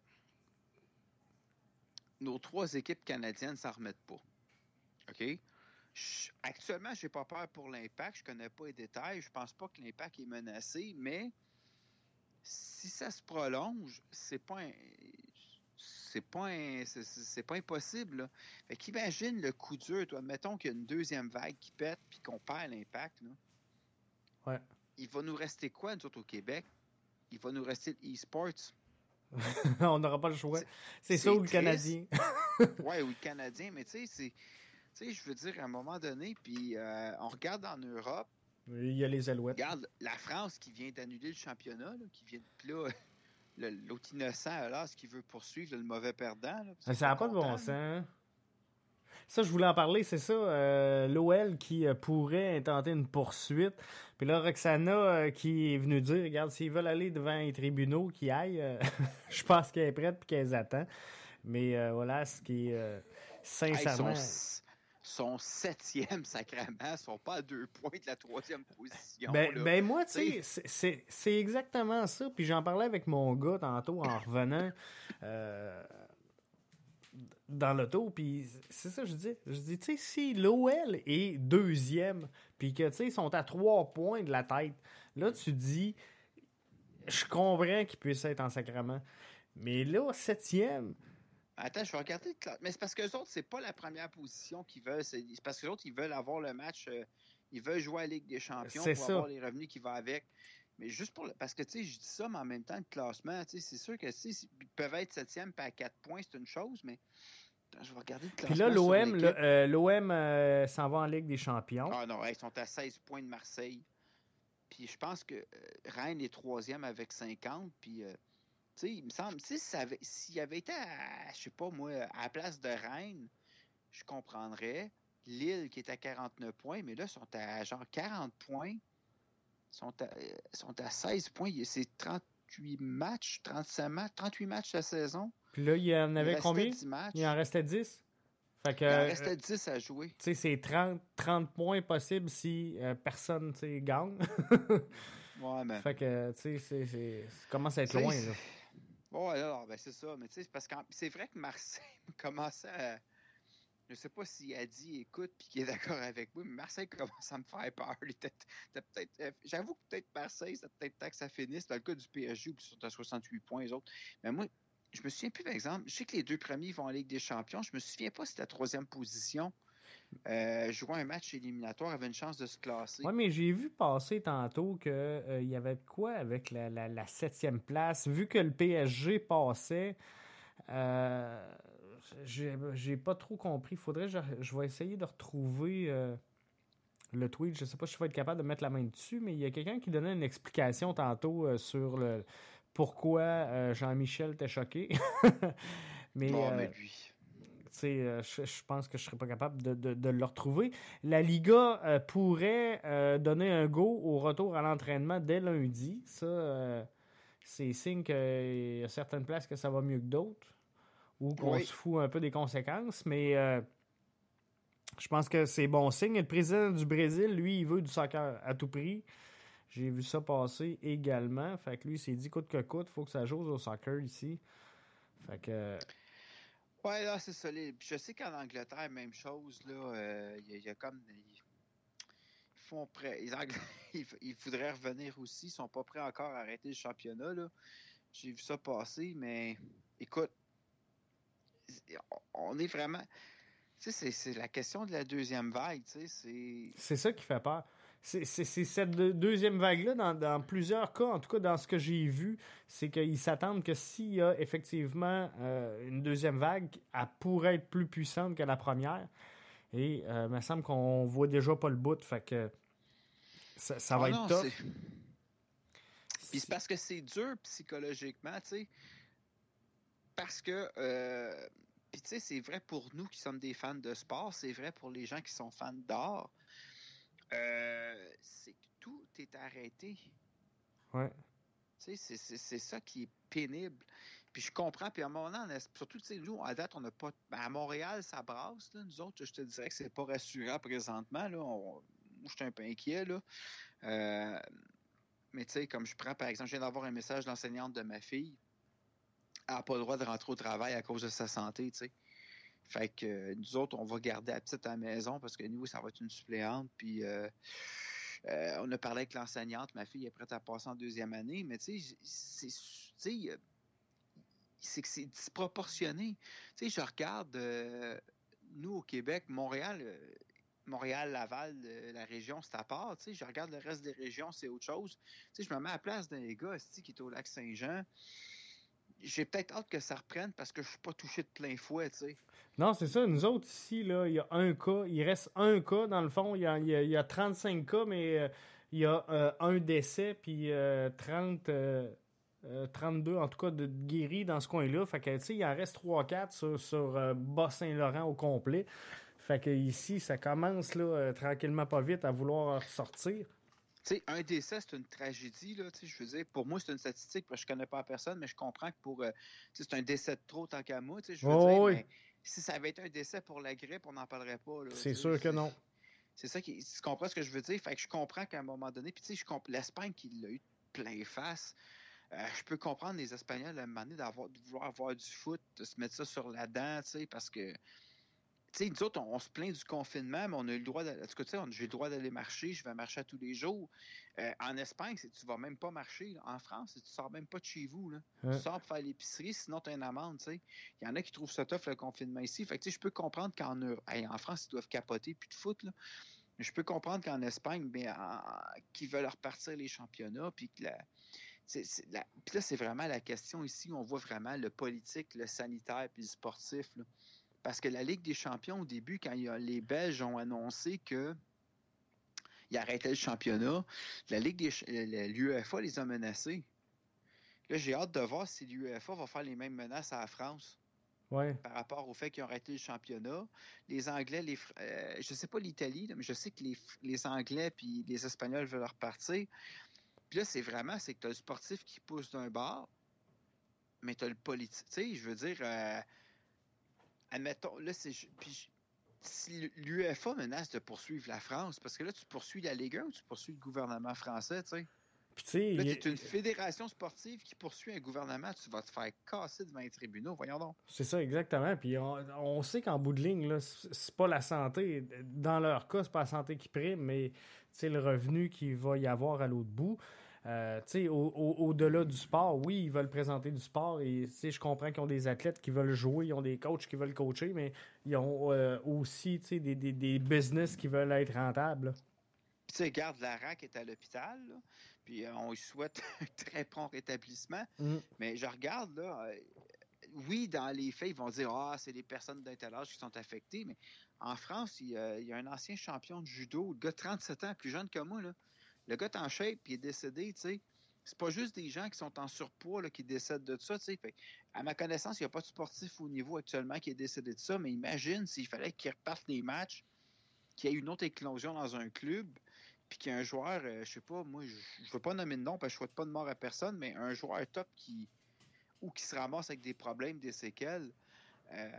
S3: nos trois équipes canadiennes ne s'en remettent pas. OK? Je, actuellement, j'ai pas peur pour l'Impact. Je connais pas les détails. Je pense pas que l'Impact est menacé, mais si ça se prolonge, c'est pas un, c'est pas un, c'est, c'est pas impossible, là. Fait qu'imagine le coup dur, toi. Admettons qu'il y a une deuxième vague qui pète puis qu'on perd l'Impact, là.
S2: Ouais.
S3: Il va nous rester quoi, nous autres, au Québec? Il va nous rester l'e-sports.
S2: On n'aura pas le choix. C'est, c'est, c'est ça ou le Canadien.
S3: Oui, ou le Canadien, mais tu sais, c'est... Tu sais, je veux dire, à un moment donné, puis euh, on regarde en Europe.
S2: Il y a les Alouettes.
S3: Regarde la France qui vient d'annuler le championnat, là, qui vient... Puis là, le, l'autre innocent, là, ce qu'il veut poursuivre, là, le mauvais perdant. Là,
S2: ça n'a pas de bon sens. Hein? Ça, je voulais en parler, c'est ça. Euh, L'O L qui euh, pourrait tenter une poursuite. Puis là, Roxana euh, qui est venue dire, regarde, s'ils veulent aller devant les tribunaux, qu'ils aillent. Euh, je pense qu'elle est prête et qu'elle attend. Mais euh, voilà, ce qui est euh, sincèrement...
S3: Hey, son, son septième sacrament, sont pas à deux points de la troisième position.
S2: Ben,
S3: là.
S2: ben moi, tu sais, c'est, c'est, c'est exactement ça. Puis j'en parlais avec mon gars tantôt en revenant... Euh, dans l'auto, puis c'est ça que je dis. Je dis, tu sais, si l'O L est deuxième, puis que, tu sais, ils sont à trois points de la tête, là, tu dis, je comprends qu'ils puissent être en sacrament. Mais là, septième...
S3: Attends, je vais regarder le classement. Mais c'est parce que les autres, c'est pas la première position qu'ils veulent. C'est, c'est parce que les autres, ils veulent avoir le match, euh, ils veulent jouer à la Ligue des Champions
S2: c'est
S3: pour
S2: ça.
S3: avoir les revenus qui vont avec. Mais juste pour le... Parce que, tu sais, je dis ça, mais en même temps, le classement, tu sais, c'est sûr que, tu sais, ils peuvent être septième puis à quatre points, c'est une chose, mais attends, je vais regarder le classement.
S2: Puis là, l'O M, le, euh, l'O M euh, s'en va en Ligue des Champions.
S3: Ah non, ils sont à seize points de Marseille. Puis je pense que euh, Rennes est troisième avec cinquante, puis, euh, tu sais, il me semble, tu sais, s'il avait été à, je sais pas moi, à la place de Rennes, je comprendrais. Lille qui est à quarante-neuf points, mais là, ils sont à genre quarante points. Ils sont à, sont à seize points. C'est trente-huit matchs, trente-sept matchs, trente-huit matchs la saison.
S2: Puis là, il y en avait
S3: il
S2: combien?
S3: dix matchs.
S2: Il en restait dix? Fait que,
S3: il en restait dix à jouer.
S2: Tu sais, c'est trente, trente points possibles si euh, personne gagne.
S3: Ouais, mais...
S2: Fait que, tu sais, c'est, c'est, ça commence à être
S3: t'sais,
S2: loin, là.
S3: Ouais, alors, ben c'est ça. Mais tu sais, parce que c'est vrai que Marseille commençait à... Je sais pas s'il a dit écoute puis qu'il est d'accord avec moi, mais Marseille commence à me faire peur. T'as, t'as peut-être, j'avoue que peut-être Marseille, c'est peut-être temps que ça finisse. Dans le cas du P S G, ils sont à soixante-huit points, les autres. Mais moi, je me souviens plus, par exemple, je sais que les deux premiers vont en Ligue des Champions. Je me souviens pas si la troisième position, euh, jouant un match éliminatoire, avait une chance de se classer.
S2: Oui, mais j'ai vu passer tantôt qu'il euh, y avait de quoi avec la, la, la septième place. Vu que le P S G passait... Euh, j'ai, j'ai pas trop compris. Faudrait que je, je vais essayer de retrouver euh, le tweet. Je sais pas si je vais être capable de mettre la main dessus, mais il y a quelqu'un qui donnait une explication tantôt euh, sur le pourquoi euh, Jean-Michel était choqué. mais,
S3: bon,
S2: euh,
S3: mais lui.
S2: Euh, je, je pense que je serais pas capable de, de, de le retrouver. La Liga euh, pourrait euh, donner un go au retour à l'entraînement dès lundi. Ça, euh, c'est signe qu'il y a certaines places que ça va mieux que d'autres. Ou qu'on
S3: oui.
S2: se fout un peu des conséquences, mais euh, je pense que c'est bon signe. Et le président du Brésil, lui, il veut du soccer à tout prix. J'ai vu ça passer également. Fait que lui, il s'est dit coûte que coûte, il faut que ça joue au soccer ici. Fait que...
S3: Ouais, là, c'est solide. Puis je sais qu'en Angleterre, même chose, là, il euh, y, y a comme... Ils, ils font prêt. Les Anglais, il, il faudrait revenir aussi. Ils sont pas prêts encore à arrêter le championnat, là. J'ai vu ça passer, mais écoute, on est vraiment... Tu sais, c'est, c'est la question de la deuxième vague, tu sais, c'est...
S2: C'est ça qui fait peur. C'est, c'est, c'est cette deuxième vague-là, dans, dans plusieurs cas, en tout cas dans ce que j'ai vu, c'est qu'ils s'attendent que s'il y a effectivement euh, une deuxième vague, elle pourrait être plus puissante que la première. Et euh, il me semble qu'on voit déjà pas le bout, fait que ça, ça va
S3: oh
S2: être
S3: non,
S2: tough.
S3: C'est... Puis c'est parce que c'est dur psychologiquement, tu sais, parce que... Euh... Puis tu sais, c'est vrai pour nous qui sommes des fans de sport, c'est vrai pour les gens qui sont fans d'art. Euh, c'est que tout est arrêté.
S2: Ouais.
S3: Tu sais, c'est, c'est, c'est ça qui est pénible. Puis je comprends. Puis à un moment donné, surtout, tu sais, nous, à date, on n'a pas... Ben à Montréal, ça brasse, là. Nous autres, je te dirais que c'est pas rassurant présentement, là. On... Moi, je suis un peu inquiet, là. Euh... Mais tu sais, comme je prends, par exemple, je viens d'avoir un message de l'enseignante de ma fille. Elle n'a pas le droit de rentrer au travail à cause de sa santé, tu sais. Fait que euh, nous autres, on va garder la petite à la maison parce que nous, ça va être une suppléante. Puis euh, euh, on a parlé avec l'enseignante. Ma fille est prête à passer en deuxième année. Mais tu sais, c'est, c'est, c'est que c'est disproportionné. Tu sais, je regarde, euh, nous, au Québec, Montréal... Euh, Montréal, Laval, la région, c'est à part. Tu sais, je regarde le reste des régions, c'est autre chose. Tu sais, je me mets à la place d'un gars qui est au lac Saint-Jean. J'ai peut-être hâte que ça reprenne parce que je suis pas touché de plein fouet, tu sais.
S2: Non, c'est ça. Nous autres, ici, là, il y a un cas. Il reste un cas, dans le fond. Il y a, il y a, il y a trente-cinq cas, mais euh, il y a euh, un décès, puis euh, trente, euh, euh, trente-deux, en tout cas, de, de guéris dans ce coin-là. Fait que, tu sais, il en reste trois quatre sur, sur euh, Bas-Saint-Laurent au complet. Fait que ici, ça commence, là, euh, tranquillement, pas vite, à vouloir ressortir.
S3: Tu sais, un décès, c'est une tragédie, là, tu sais, je veux dire, pour moi, c'est une statistique, parce que je connais pas la personne, mais je comprends que pour, euh, c'est un décès de trop tant qu'à moi, tu sais, je veux
S2: oh,
S3: dire,
S2: oui.
S3: mais si ça avait été un décès pour la grippe, on n'en parlerait pas, là.
S2: C'est sûr que non.
S3: C'est ça qui, tu comprends ce que je veux dire? Fait que je comprends qu'à un moment donné, puis tu sais, je comprends, l'Espagne qui l'a eu plein face, euh, je peux comprendre les Espagnols à un moment donné d'avoir, de vouloir avoir du foot, de se mettre ça sur la dent, tu sais, parce que tu sais, nous autres, on, on se plaint du confinement, mais on a eu le droit d'aller. En tout cas, tu sais, j'ai le droit d'aller marcher, je vais marcher à tous les jours. Euh, en Espagne, c'est, tu vas même pas marcher. Là. En France, tu sors même pas de chez vous. Là. Ouais. Tu sors pour faire l'épicerie, sinon tu as une amende, tu sais. Il y en a qui trouvent ça tough, le confinement ici. Fait que, tu sais, je peux comprendre qu'en hey, en France, ils doivent capoter puis de foot, là. Mais je peux comprendre qu'en Espagne, mais en, qu'ils veulent repartir les championnats, puis que la. C'est, c'est la... Puis là, c'est vraiment la question ici, on voit vraiment le politique, le sanitaire, puis le sportif, là. Parce que la Ligue des champions, au début, quand il y a, les Belges ont annoncé qu'ils arrêtaient le championnat, la Ligue des, l'U E F A les a menacés. Là, j'ai hâte de voir si l'U E F A va faire les mêmes menaces à la France.
S2: Ouais.
S3: Par rapport au fait qu'ils ont arrêté le championnat. Les Anglais, les euh, je sais pas l'Italie, là, mais je sais que les, les Anglais puis les Espagnols veulent repartir. Puis là, c'est vraiment, c'est que tu as le sportif qui pousse d'un bord, mais tu as le politique. Tu sais, je veux dire, euh, admettons, là, c'est... Puis, si l'U E F A menace de poursuivre la France, parce que là, tu poursuis la Ligue un ou tu poursuis le gouvernement français, tu sais.
S2: Puis, tu sais...
S3: Là,
S2: tu
S3: es une fédération sportive qui poursuit un gouvernement, tu vas te faire casser devant les tribunaux, voyons donc.
S2: C'est ça, exactement. Puis on, on sait qu'en bout de ligne, là, c'est pas la santé. Dans leur cas, c'est pas la santé qui prime, mais c'est le revenu qu'il va y avoir à l'autre bout. Euh, au, au, au-delà du sport, oui, ils veulent présenter du sport et je comprends qu'ils ont des athlètes qui veulent jouer, ils ont des coachs qui veulent coacher, mais ils ont euh, aussi des, des, des business qui veulent être rentables.
S3: Puis tu sais, regarde, Lara qui est à l'hôpital, là, puis euh, on lui souhaite un très prompt rétablissement, mm. mais je regarde, là, euh, oui, dans les faits, ils vont dire « Ah, c'est les personnes d'un tel âge qui sont affectées », mais en France, il, euh, il y a un ancien champion de judo, le gars de trente-sept ans, plus jeune que moi, là. Le gars est en shape et il est décédé, tu sais. C'est pas juste des gens qui sont en surpoids là, qui décèdent de ça, tu sais. À ma connaissance, il n'y a pas de sportif au niveau actuellement qui est décédé de ça, mais imagine s'il fallait qu'il reparte les matchs, qu'il y ait une autre éclosion dans un club, puis qu'il y ait un joueur, euh, je sais pas, moi, je ne veux pas nommer de nom parce que je ne souhaite pas de mort à personne, mais un joueur top qui ou qui se ramasse avec des problèmes, des séquelles. Euh,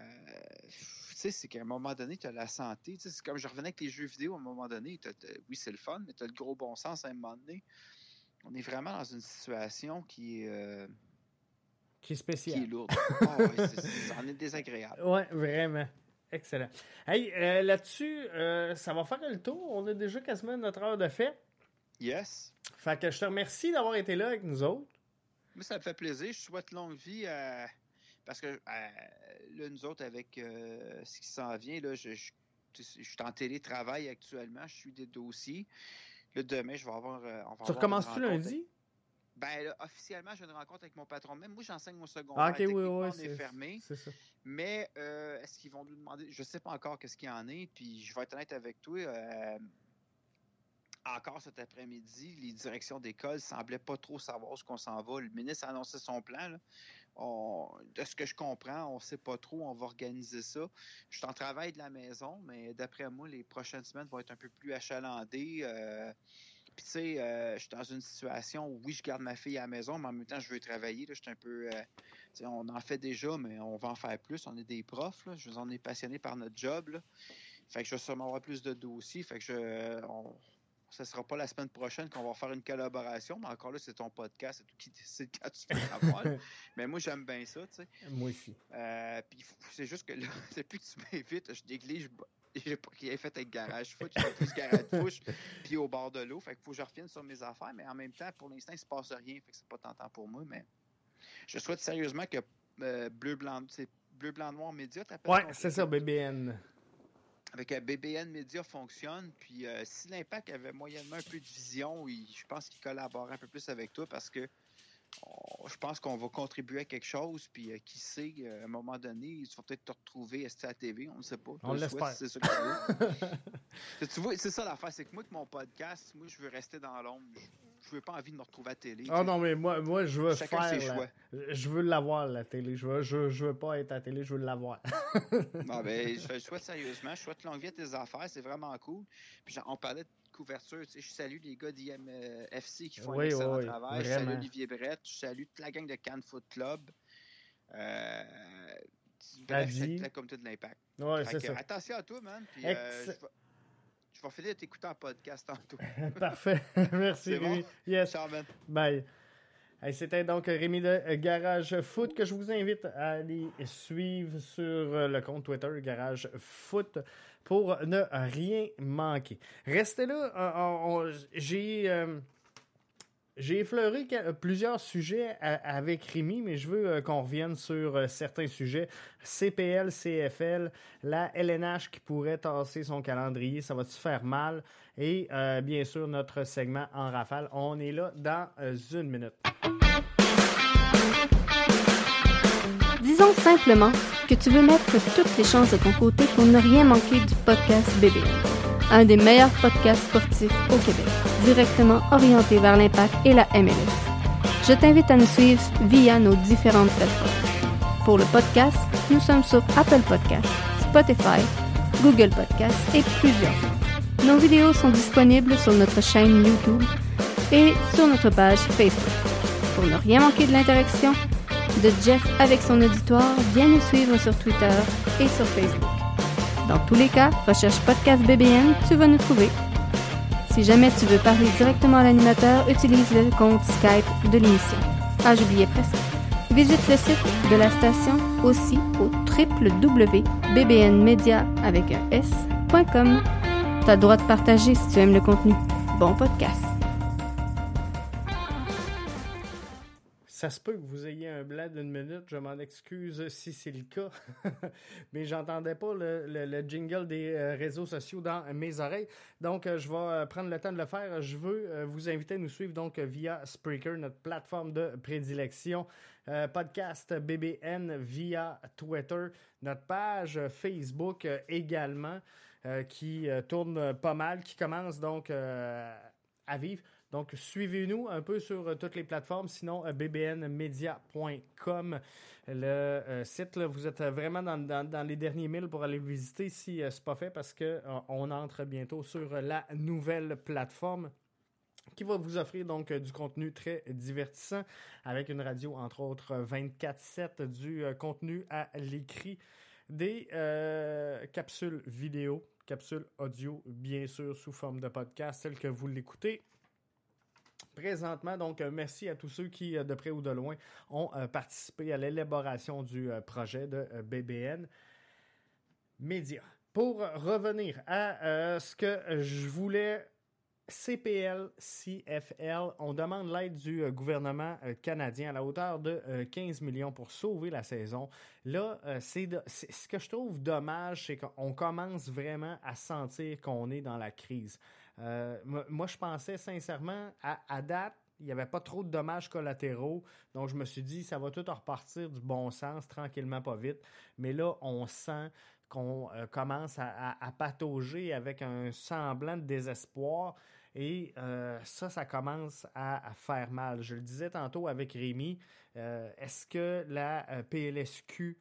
S3: tu sais, c'est qu'à un moment donné, tu as la santé. Tu sais, c'est comme je revenais avec les jeux vidéo à un moment donné. T'as, t'as, oui, c'est le fun, mais tu as le gros bon sens à un moment donné. On est vraiment dans une situation qui est... Euh,
S2: qui est spéciale.
S3: Qui est lourde. Oh, ouais, c'est, c'est, ça en est désagréable.
S2: Oui, vraiment. Excellent. Hey, euh, là-dessus, euh, ça va faire le tour. On a déjà quasiment notre heure de fête.
S3: Yes.
S2: Fait que je te remercie d'avoir été là avec nous autres.
S3: Moi, ça me fait plaisir. Je souhaite longue vie à... Parce que euh, là, nous autres, avec euh, ce qui s'en vient, là, je, je, je suis en télétravail actuellement, je suis des dossiers. Là, demain, je vais avoir. Euh, on va
S2: tu recommences-tu lundi?
S3: Avec... Ben, là, officiellement, j'ai une rencontre avec mon patron. Même moi, j'enseigne au secondaire.
S2: Ah, ok, oui, oui,
S3: on
S2: c'est,
S3: est fermé.
S2: C'est ça.
S3: Mais euh, est-ce qu'ils vont nous demander? Je ne sais pas encore qu'est-ce qu'il y en est. Puis, je vais être honnête avec toi. Euh, encore cet après-midi, les directions d'école semblaient pas trop savoir où on s'en va. Le ministre a annoncé son plan, là. On, de ce que je comprends, on ne sait pas trop, on va organiser ça. Je suis en travail de la maison, mais d'après moi, les prochaines semaines vont être un peu plus achalandées. Euh, Puis tu sais, euh, je suis dans une situation où oui, je garde ma fille à la maison, mais en même temps, je veux travailler. Là, je suis un peu, euh, on en fait déjà, mais on va en faire plus. On est des profs, là. Je, on est passionnés par notre job, là. Fait que je vais sûrement avoir plus de dossiers. Fait que je... On, ce ne sera pas la semaine prochaine qu'on va faire une collaboration, mais encore là, c'est ton podcast, c'est tout qui décide quand tu fais savoir. Mais moi, j'aime bien ça, tu sais.
S2: Moi aussi.
S3: Euh, puis c'est juste que là, depuis que tu m'invites, je néglige, j'ai pas qu'il ait fait avec Garage Foot, j'ai plus Garage Foot, puis au bord de l'eau, fait qu'il faut que je revienne sur mes affaires, mais en même temps, pour l'instant, il ne se passe rien, fait que c'est pas tentant pour moi, mais je souhaite sérieusement que euh, Bleu, Blanc, c'est Bleu, Blanc, Noir Média, t'appelles?
S2: Ouais, c'est ça, B B N.
S3: Avec un B B N Média fonctionne, puis euh, si l'Impact avait moyennement un peu de vision, il, je pense qu'il collaborerait un peu plus avec toi parce que on, je pense qu'on va contribuer à quelque chose, puis euh, qui sait, euh, à un moment donné, ils vont peut-être te retrouver à la T V, on ne sait pas.
S2: On l'espère.
S3: C'est ça que tu veux. Tu vois, c'est ça l'affaire, c'est que moi, que mon podcast, moi, je veux rester dans l'ombre. Je veux pas envie de me retrouver à la télé.
S2: Ah non, mais moi, moi je veux
S3: Chacun
S2: faire...
S3: ses
S2: la...
S3: choix.
S2: Je veux l'avoir, la télé. Je veux, je, je veux pas être à la télé, je veux l'avoir.
S3: Non, ben, je souhaite sérieusement. Je souhaite longue vie à tes affaires. C'est vraiment cool. Puis on parlait de couverture. Tu sais, je salue les gars d'I M F C qui font
S2: oui,
S3: un excellent
S2: oui,
S3: travail.
S2: Vraiment.
S3: Je salue Olivier Brett. Je salue toute la gang de Cannes Foot Club. Euh... Bref, c'est la communauté de l'Impact.
S2: Oui, c'est
S3: que,
S2: ça.
S3: Attention à toi, man. Puis,
S2: Ex-
S3: euh, je vais... Je vais finir de t'écouter en podcast tantôt.
S2: Parfait. Merci, Rémi. Bon? Yes.
S3: Ciao, man.
S2: Bye. Hey, c'était donc Rémi de Garage Foot que je vous invite à aller suivre sur le compte Twitter Garage Foot pour ne rien manquer. Restez là. On, on, j'ai, euh, j'ai effleuré plusieurs sujets à, avec Rémi, mais je veux qu'on revienne sur certains sujets. C P L, C F L, la L N H qui pourrait tasser son calendrier, ça va-tu faire mal? Et euh, bien sûr, notre segment en rafale. On est là dans euh, une minute.
S1: Disons simplement que tu veux mettre toutes les chances de ton côté pour ne rien manquer du podcast B B N, un des meilleurs podcasts sportifs au Québec, directement orienté vers l'Impact et la M L S. Je t'invite à nous suivre via nos différentes plateformes. Pour le podcast, nous sommes sur Apple Podcasts, Spotify, Google Podcasts et plusieurs autres. Nos vidéos sont disponibles sur notre chaîne YouTube et sur notre page Facebook. Pour ne rien manquer de l'interaction de Jeff avec son auditoire, viens nous suivre sur Twitter et sur Facebook. Dans tous les cas, recherche Podcast B B N, tu vas nous trouver. Si jamais tu veux parler directement à l'animateur, utilise le compte Skype de l'émission. Ah, j'oubliais presque. Visite le site de la station aussi au w w w point b b n media avec un s point com. Tu as le droit de partager si tu aimes le contenu. Bon podcast.
S2: Ça se peut que vous ayez un blanc d'une minute, je m'en excuse si c'est le cas, mais j'entendais pas le, le, le jingle des euh, réseaux sociaux dans mes oreilles, donc euh, je vais euh, prendre le temps de le faire. Je veux euh, vous inviter à nous suivre donc euh, via Spreaker, notre plateforme de prédilection, euh, podcast B B N via Twitter, notre page Facebook euh, également, euh, qui euh, tourne pas mal, qui commence donc euh, à vivre. Donc, suivez-nous un peu sur euh, toutes les plateformes. Sinon, euh, b b n media point com, le euh, site, là, vous êtes vraiment dans, dans, dans les derniers milles pour aller le visiter si euh, ce n'est pas fait parce qu'on euh, entre bientôt sur euh, la nouvelle plateforme qui va vous offrir donc euh, du contenu très divertissant avec une radio, entre autres, vingt-quatre sept, du euh, contenu à l'écrit, des euh, capsules vidéo, capsules audio, bien sûr, sous forme de podcast, telles que vous l'écoutez présentement. Donc, euh, merci à tous ceux qui, euh, de près ou de loin, ont euh, participé à l'élaboration du euh, projet de euh, B B N Media. Pour revenir à euh, ce que je voulais, C P L, C F L, on demande l'aide du euh, gouvernement euh, canadien à la hauteur de euh, quinze millions pour sauver la saison. Là, euh, c'est, de, c'est ce que je trouve dommage, c'est qu'on commence vraiment à sentir qu'on est dans la crise. Euh, moi, je pensais sincèrement, à, à date, il n'y avait pas trop de dommages collatéraux. Donc, je me suis dit, ça va tout repartir du bon sens, tranquillement, pas vite. Mais là, on sent qu'on euh, commence à, à, à patauger avec un semblant de désespoir. Et euh, ça, ça commence à, à faire mal. Je le disais tantôt avec Rémi, euh, est-ce que la euh, P L S Q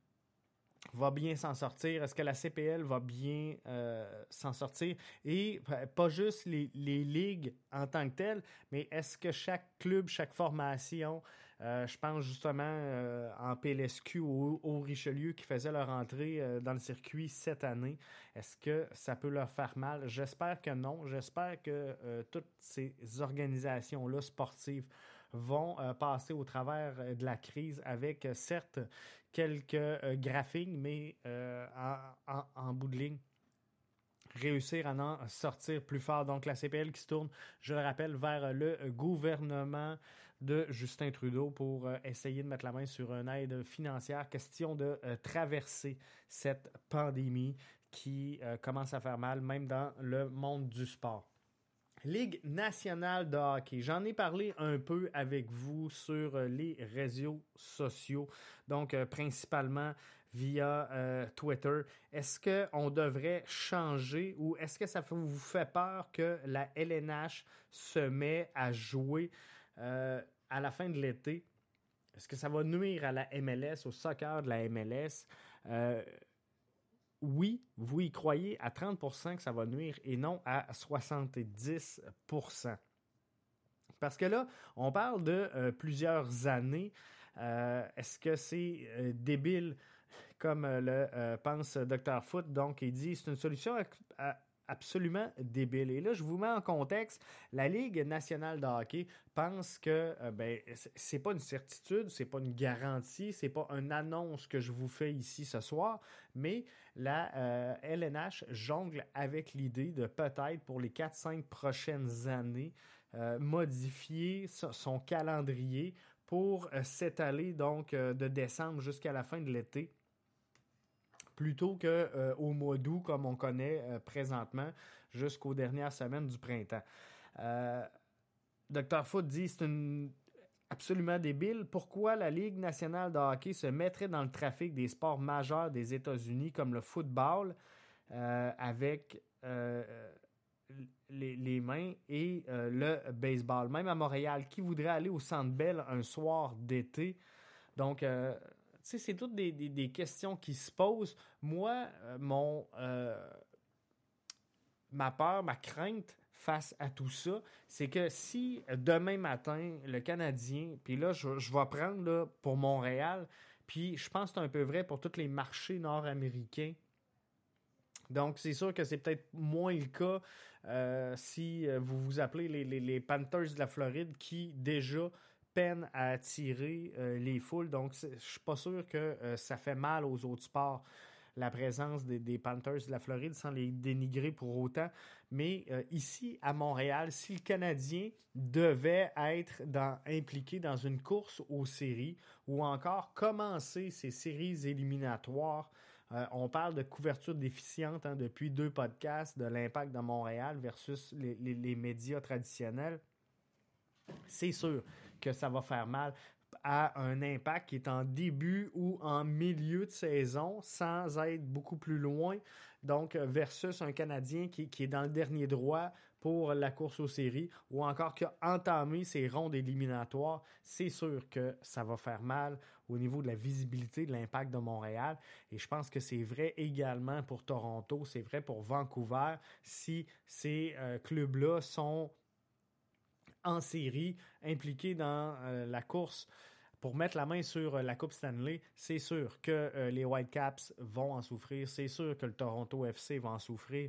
S2: va bien s'en sortir? Est-ce que la C P L va bien euh, s'en sortir? Et pas juste les, les ligues en tant que telles, mais est-ce que chaque club, chaque formation, euh, je pense justement euh, en P L S Q au, au Richelieu qui faisait leur entrée euh, dans le circuit cette année, est-ce que ça peut leur faire mal? J'espère que non. J'espère que euh, toutes ces organisations-là sportives vont euh, passer au travers de la crise avec, euh, certes, quelques euh, graphiques, mais euh, en, en, en bout de ligne, réussir à en sortir plus fort. Donc, la C P L qui se tourne, je le rappelle, vers le gouvernement de Justin Trudeau pour euh, essayer de mettre la main sur une aide financière. Question de euh, traverser cette pandémie qui euh, commence à faire mal, même dans le monde du sport. Ligue nationale de hockey. J'en ai parlé un peu avec vous sur les réseaux sociaux, donc euh, principalement via euh, Twitter. Est-ce qu'on devrait changer ou est-ce que ça vous fait peur que la L N H se met à jouer euh, à la fin de l'été? Est-ce que ça va nuire à la M L S, au soccer de la M L S? Euh, Oui, vous y croyez à trente pour cent que ça va nuire et non à soixante-dix pour cent. Parce que là, on parle de euh, plusieurs années. Euh, est-ce que c'est euh, débile comme euh, le euh, pense docteur Foot? Donc, il dit c'est une solution à, à, absolument débile. Et là, je vous mets en contexte. La Ligue nationale de hockey pense que euh, ben, c'est pas une certitude, c'est pas une garantie, c'est pas une annonce que je vous fais ici ce soir, mais la euh, L N H jongle avec l'idée de peut-être pour les quatre cinq prochaines années euh, modifier son calendrier pour euh, s'étaler donc euh, de décembre jusqu'à la fin de l'été, plutôt qu'au euh, mois d'août comme on connaît euh, présentement jusqu'aux dernières semaines du printemps. Euh, docteur Foot dit c'est une absolument débile. Pourquoi la Ligue nationale de hockey se mettrait dans le trafic des sports majeurs des États-Unis comme le football euh, avec euh, les, les mains et euh, le baseball? Même à Montréal, qui voudrait aller au Centre Bell un soir d'été? Donc, euh, sais, c'est toutes des, des, des questions qui se posent. Moi, euh, mon euh, ma peur, ma crainte face à tout ça, c'est que si demain matin, le Canadien, puis là, je, je vais prendre là, pour Montréal, puis je pense que c'est un peu vrai pour tous les marchés nord-américains. Donc, c'est sûr que c'est peut-être moins le cas euh, si vous vous appelez les, les, les Panthers de la Floride qui, déjà, peinent à attirer euh, les foules. Donc, je suis pas sûr que euh, ça fait mal aux autres sports, la présence des, des Panthers de la Floride, sans les dénigrer pour autant. Mais euh, ici, à Montréal, si le Canadien devait être dans, impliqué dans une course aux séries ou encore commencer ces séries éliminatoires, euh, on parle de couverture déficiente hein, depuis deux podcasts de l'impact de Montréal versus les, les, les médias traditionnels. C'est sûr que ça va faire mal à un impact qui est en début ou en milieu de saison sans être beaucoup plus loin. Donc, versus un Canadien qui, qui est dans le dernier droit pour la course aux séries ou encore qui a entamé ses rondes éliminatoires, c'est sûr que ça va faire mal au niveau de la visibilité de l'impact de Montréal. Et je pense que c'est vrai également pour Toronto, c'est vrai pour Vancouver, si ces euh, clubs-là sont en série, impliqués dans euh, la course pour mettre la main sur euh, la Coupe Stanley, c'est sûr que euh, les Whitecaps vont en souffrir, c'est sûr que le Toronto F C va en souffrir.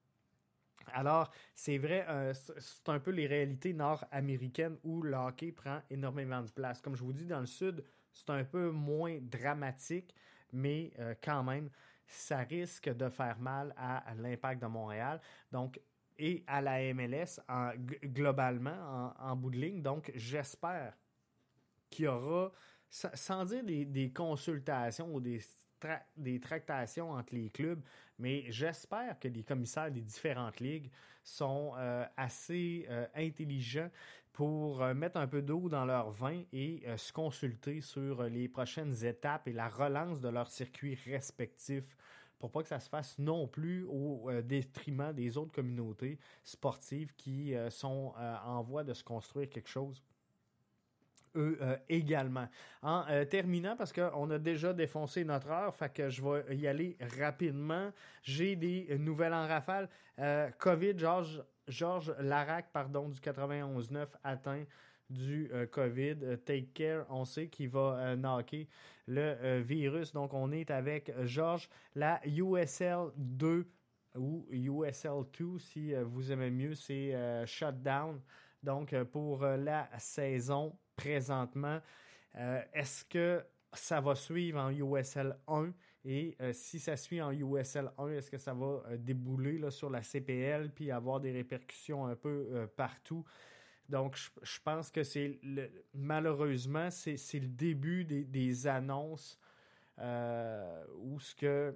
S2: Alors, c'est vrai, euh, c'est un peu les réalités nord-américaines où le hockey prend énormément de place. Comme je vous dis, dans le sud, c'est un peu moins dramatique, mais euh, quand même, ça risque de faire mal à, à l'impact de Montréal. Donc, et à la M L S en, globalement en, en bout de ligne. Donc, j'espère qu'il y aura, sans, sans dire des, des consultations ou des, tra- des tractations entre les clubs, mais j'espère que les commissaires des différentes ligues sont euh, assez euh, intelligents pour euh, mettre un peu d'eau dans leur vin et euh, se consulter sur les prochaines étapes et la relance de leurs circuits respectifs, pour pas que ça se fasse non plus au euh, détriment des autres communautés sportives qui euh, sont euh, en voie de se construire quelque chose, eux euh, également. En euh, terminant, parce qu'on a déjà défoncé notre heure, fait que je vais y aller rapidement. J'ai des nouvelles en rafale. Euh, COVID, Georges Georges Larac, pardon, du quatre-vingt-onze neuf atteint du euh, COVID. Euh, take care, on sait qu'il va euh, knocker le euh, virus. Donc, on est avec Georges. La U S L deux ou U S L deux, si euh, vous aimez mieux, c'est euh, shutdown. Donc, euh, pour euh, la saison présentement, euh, est-ce que ça va suivre en U S L un? Et euh, si ça suit en U S L un, est-ce que ça va euh, débouler là, sur la C P L puis avoir des répercussions un peu euh, partout? Donc, je, je pense que c'est le, malheureusement, c'est, c'est le début des, des annonces euh, où ce que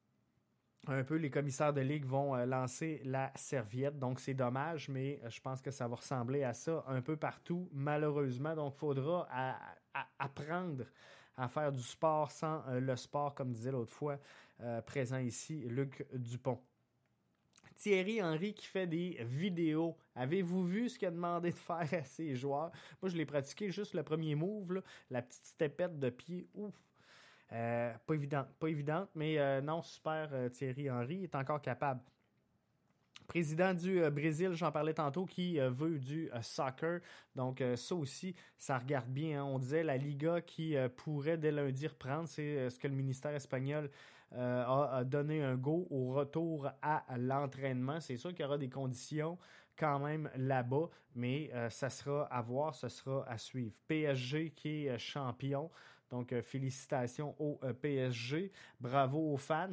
S2: un peu les commissaires de ligue vont euh, lancer la serviette. Donc, c'est dommage, mais euh, je pense que ça va ressembler à ça un peu partout, malheureusement. Donc, il faudra à, à, apprendre à faire du sport sans euh, le sport, comme disait l'autre fois, euh, présent ici, Luc Dupont. Thierry Henry qui fait des vidéos. Avez-vous vu ce qu'il a demandé de faire à ses joueurs? Moi, je l'ai pratiqué juste le premier move, là, la petite stepette de pied. Ouf! Euh, pas évidente, pas évidente, mais euh, non, super euh, Thierry Henry est encore capable. Président du euh, Brésil, j'en parlais tantôt, qui euh, veut du euh, soccer. Donc, euh, ça aussi, ça regarde bien. Hein. On disait la Liga qui euh, pourrait dès lundi reprendre. C'est euh, ce que le ministère espagnol euh, a, a donné un go au retour à, à l'entraînement. C'est sûr qu'il y aura des conditions quand même là-bas, mais euh, ça sera à voir, ce sera à suivre. P S G qui est euh, champion. Donc, euh, félicitations au euh, P S G. Bravo aux fans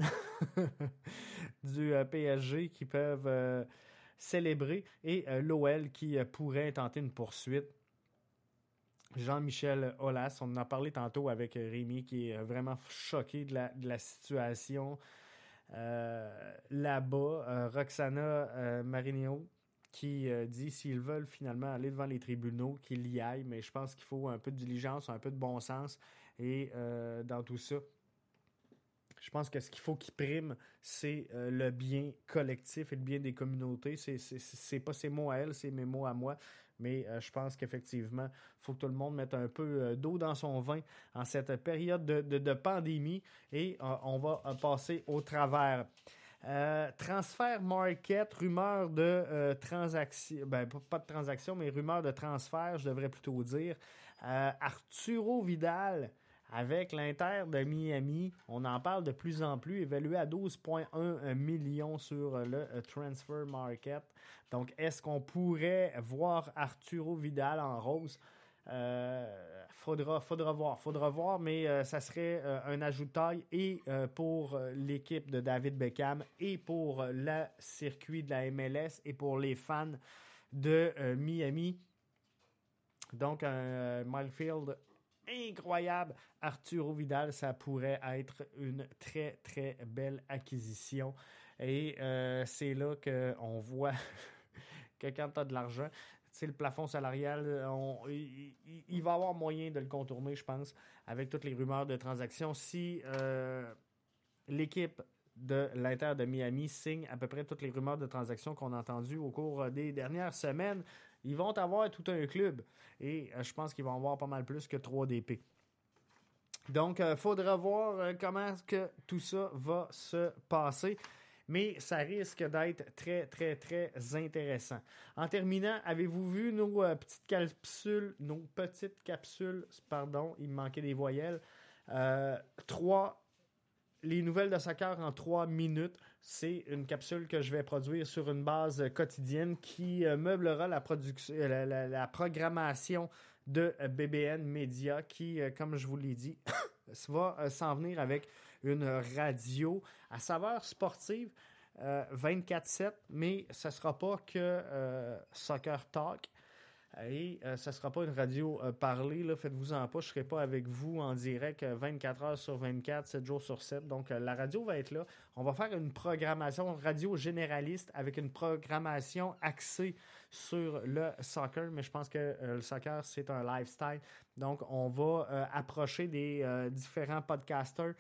S2: du euh, P S G qui peuvent euh, célébrer. Et euh, l'O L qui euh, pourrait tenter une poursuite. Jean-Michel Aulas, on en a parlé tantôt avec Rémi qui est euh, vraiment choqué de la, de la situation euh, là-bas. Euh, Roxana euh, Marinho qui euh, dit s'ils veulent finalement aller devant les tribunaux, qu'ils y aillent, mais je pense qu'il faut un peu de diligence, un peu de bon sens et euh, dans tout ça, Je pense que ce qu'il faut qu'il prime, c'est euh, le bien collectif et le bien des communautés. C'est, c'est, c'est pas ses mots à elle, c'est mes mots à moi. Mais euh, je pense qu'effectivement, il faut que tout le monde mette un peu euh, d'eau dans son vin en cette période de, de, de pandémie. Et euh, on va euh, passer au travers. Euh, transfert market, rumeur de euh, transaction, ben pas de transaction, mais rumeur de transfert, je devrais plutôt dire. Euh, Arturo Vidal avec l'Inter de Miami, on en parle de plus en plus, évalué à douze virgule un millions sur le uh, transfer market. Donc, est-ce qu'on pourrait voir Arturo Vidal en rose? Euh, faudra, faudra voir, faudra voir, mais euh, ça serait euh, un ajout de taille et euh, pour euh, l'équipe de David Beckham et pour euh, le circuit de la M L S et pour les fans de euh, Miami. Donc, un euh, Milefield incroyable. Arturo Vidal, ça pourrait être une très, très belle acquisition. Et euh, c'est là qu'on voit que quand tu as de l'argent, tu sais, le plafond salarial, on, il, il, il va y avoir moyen de le contourner, je pense, avec toutes les rumeurs de transactions. Si euh, l'équipe de l'Inter de Miami signe à peu près toutes les rumeurs de transactions qu'on a entendues au cours des dernières semaines, ils vont avoir tout un club. Et euh, je pense qu'ils vont avoir pas mal plus que trois D P. Donc, il euh, faudra voir euh, comment que tout ça va se passer. Mais ça risque d'être très, très, très intéressant. En terminant, avez-vous vu nos euh, petites capsules, nos petites capsules, pardon, il me manquait des voyelles, euh, trois, les nouvelles de soccer en trois minutes. C'est une capsule que je vais produire sur une base quotidienne qui euh, meublera la, production, euh, la, la, la programmation de euh, B B N Media qui, euh, comme je vous l'ai dit, va euh, s'en venir avec une radio à saveur sportive euh, vingt-quatre sept, mais ce ne sera pas que euh, Soccer Talk. Et euh, ce ne sera pas une radio euh, parlée, là, faites-vous-en pas, je ne serai pas avec vous en direct euh, vingt-quatre heures sur vingt-quatre, sept jours sur sept. Donc, euh, la radio va être là. On va faire une programmation radio généraliste avec une programmation axée sur le soccer, mais je pense que euh, le soccer, c'est un lifestyle. Donc, on va euh, approcher des euh, différents podcasters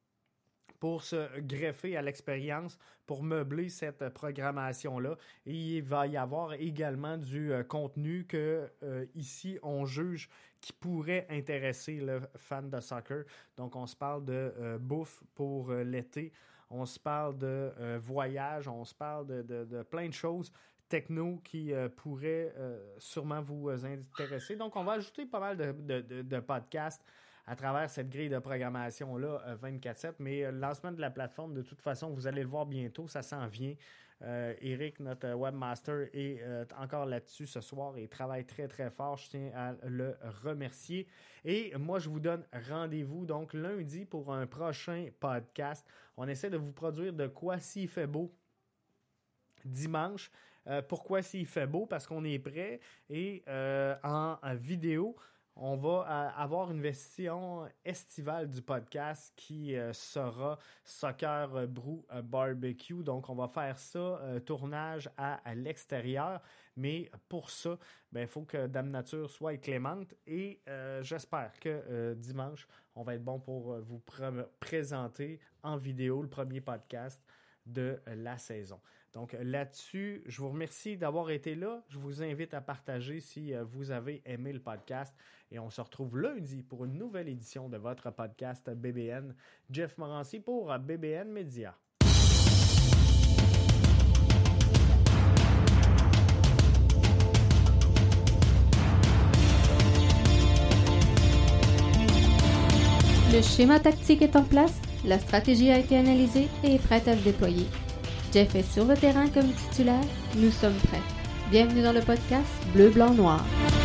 S2: pour se greffer à l'expérience, pour meubler cette programmation-là. Et il va y avoir également du euh, contenu que euh, ici, on juge qui pourrait intéresser le fan de soccer. Donc, on se parle de euh, bouffe pour euh, l'été, on se parle de euh, voyage, on se parle de, de, de plein de choses techno qui euh, pourraient euh, sûrement vous intéresser. Donc, on va ajouter pas mal de, de, de, de podcasts à travers cette grille de programmation-là euh, vingt-quatre sept. Mais euh, le lancement de la plateforme, de toute façon, vous allez le voir bientôt, ça s'en vient. Euh, Eric, notre webmaster, est euh, encore là-dessus ce soir et travaille très, très fort. Je tiens à le remercier. Et moi, je vous donne rendez-vous donc lundi pour un prochain podcast. On essaie de vous produire de quoi s'il fait beau dimanche. Euh, pourquoi s'il fait beau? Parce qu'on est prêt. Et euh, en, en vidéo, on va euh, avoir une version estivale du podcast qui euh, sera Soccer euh, Brew euh, Barbecue. Donc, on va faire ça, euh, tournage à, à l'extérieur. Mais pour ça, ben, il faut que Dame Nature soit clémente. Et euh, j'espère que euh, dimanche, on va être bon pour euh, vous pr- présenter en vidéo le premier podcast de la saison. Donc là-dessus, je vous remercie d'avoir été là. Je vous invite à partager si vous avez aimé le podcast. Et on se retrouve lundi pour une nouvelle édition de votre podcast B B N. Jeff Morancy pour B B N Media.
S1: Le schéma tactique est en place, la stratégie a été analysée et est prête à se déployer. Jeff est sur le terrain comme titulaire, nous sommes prêts. Bienvenue dans le podcast Bleu, Blanc, Noir.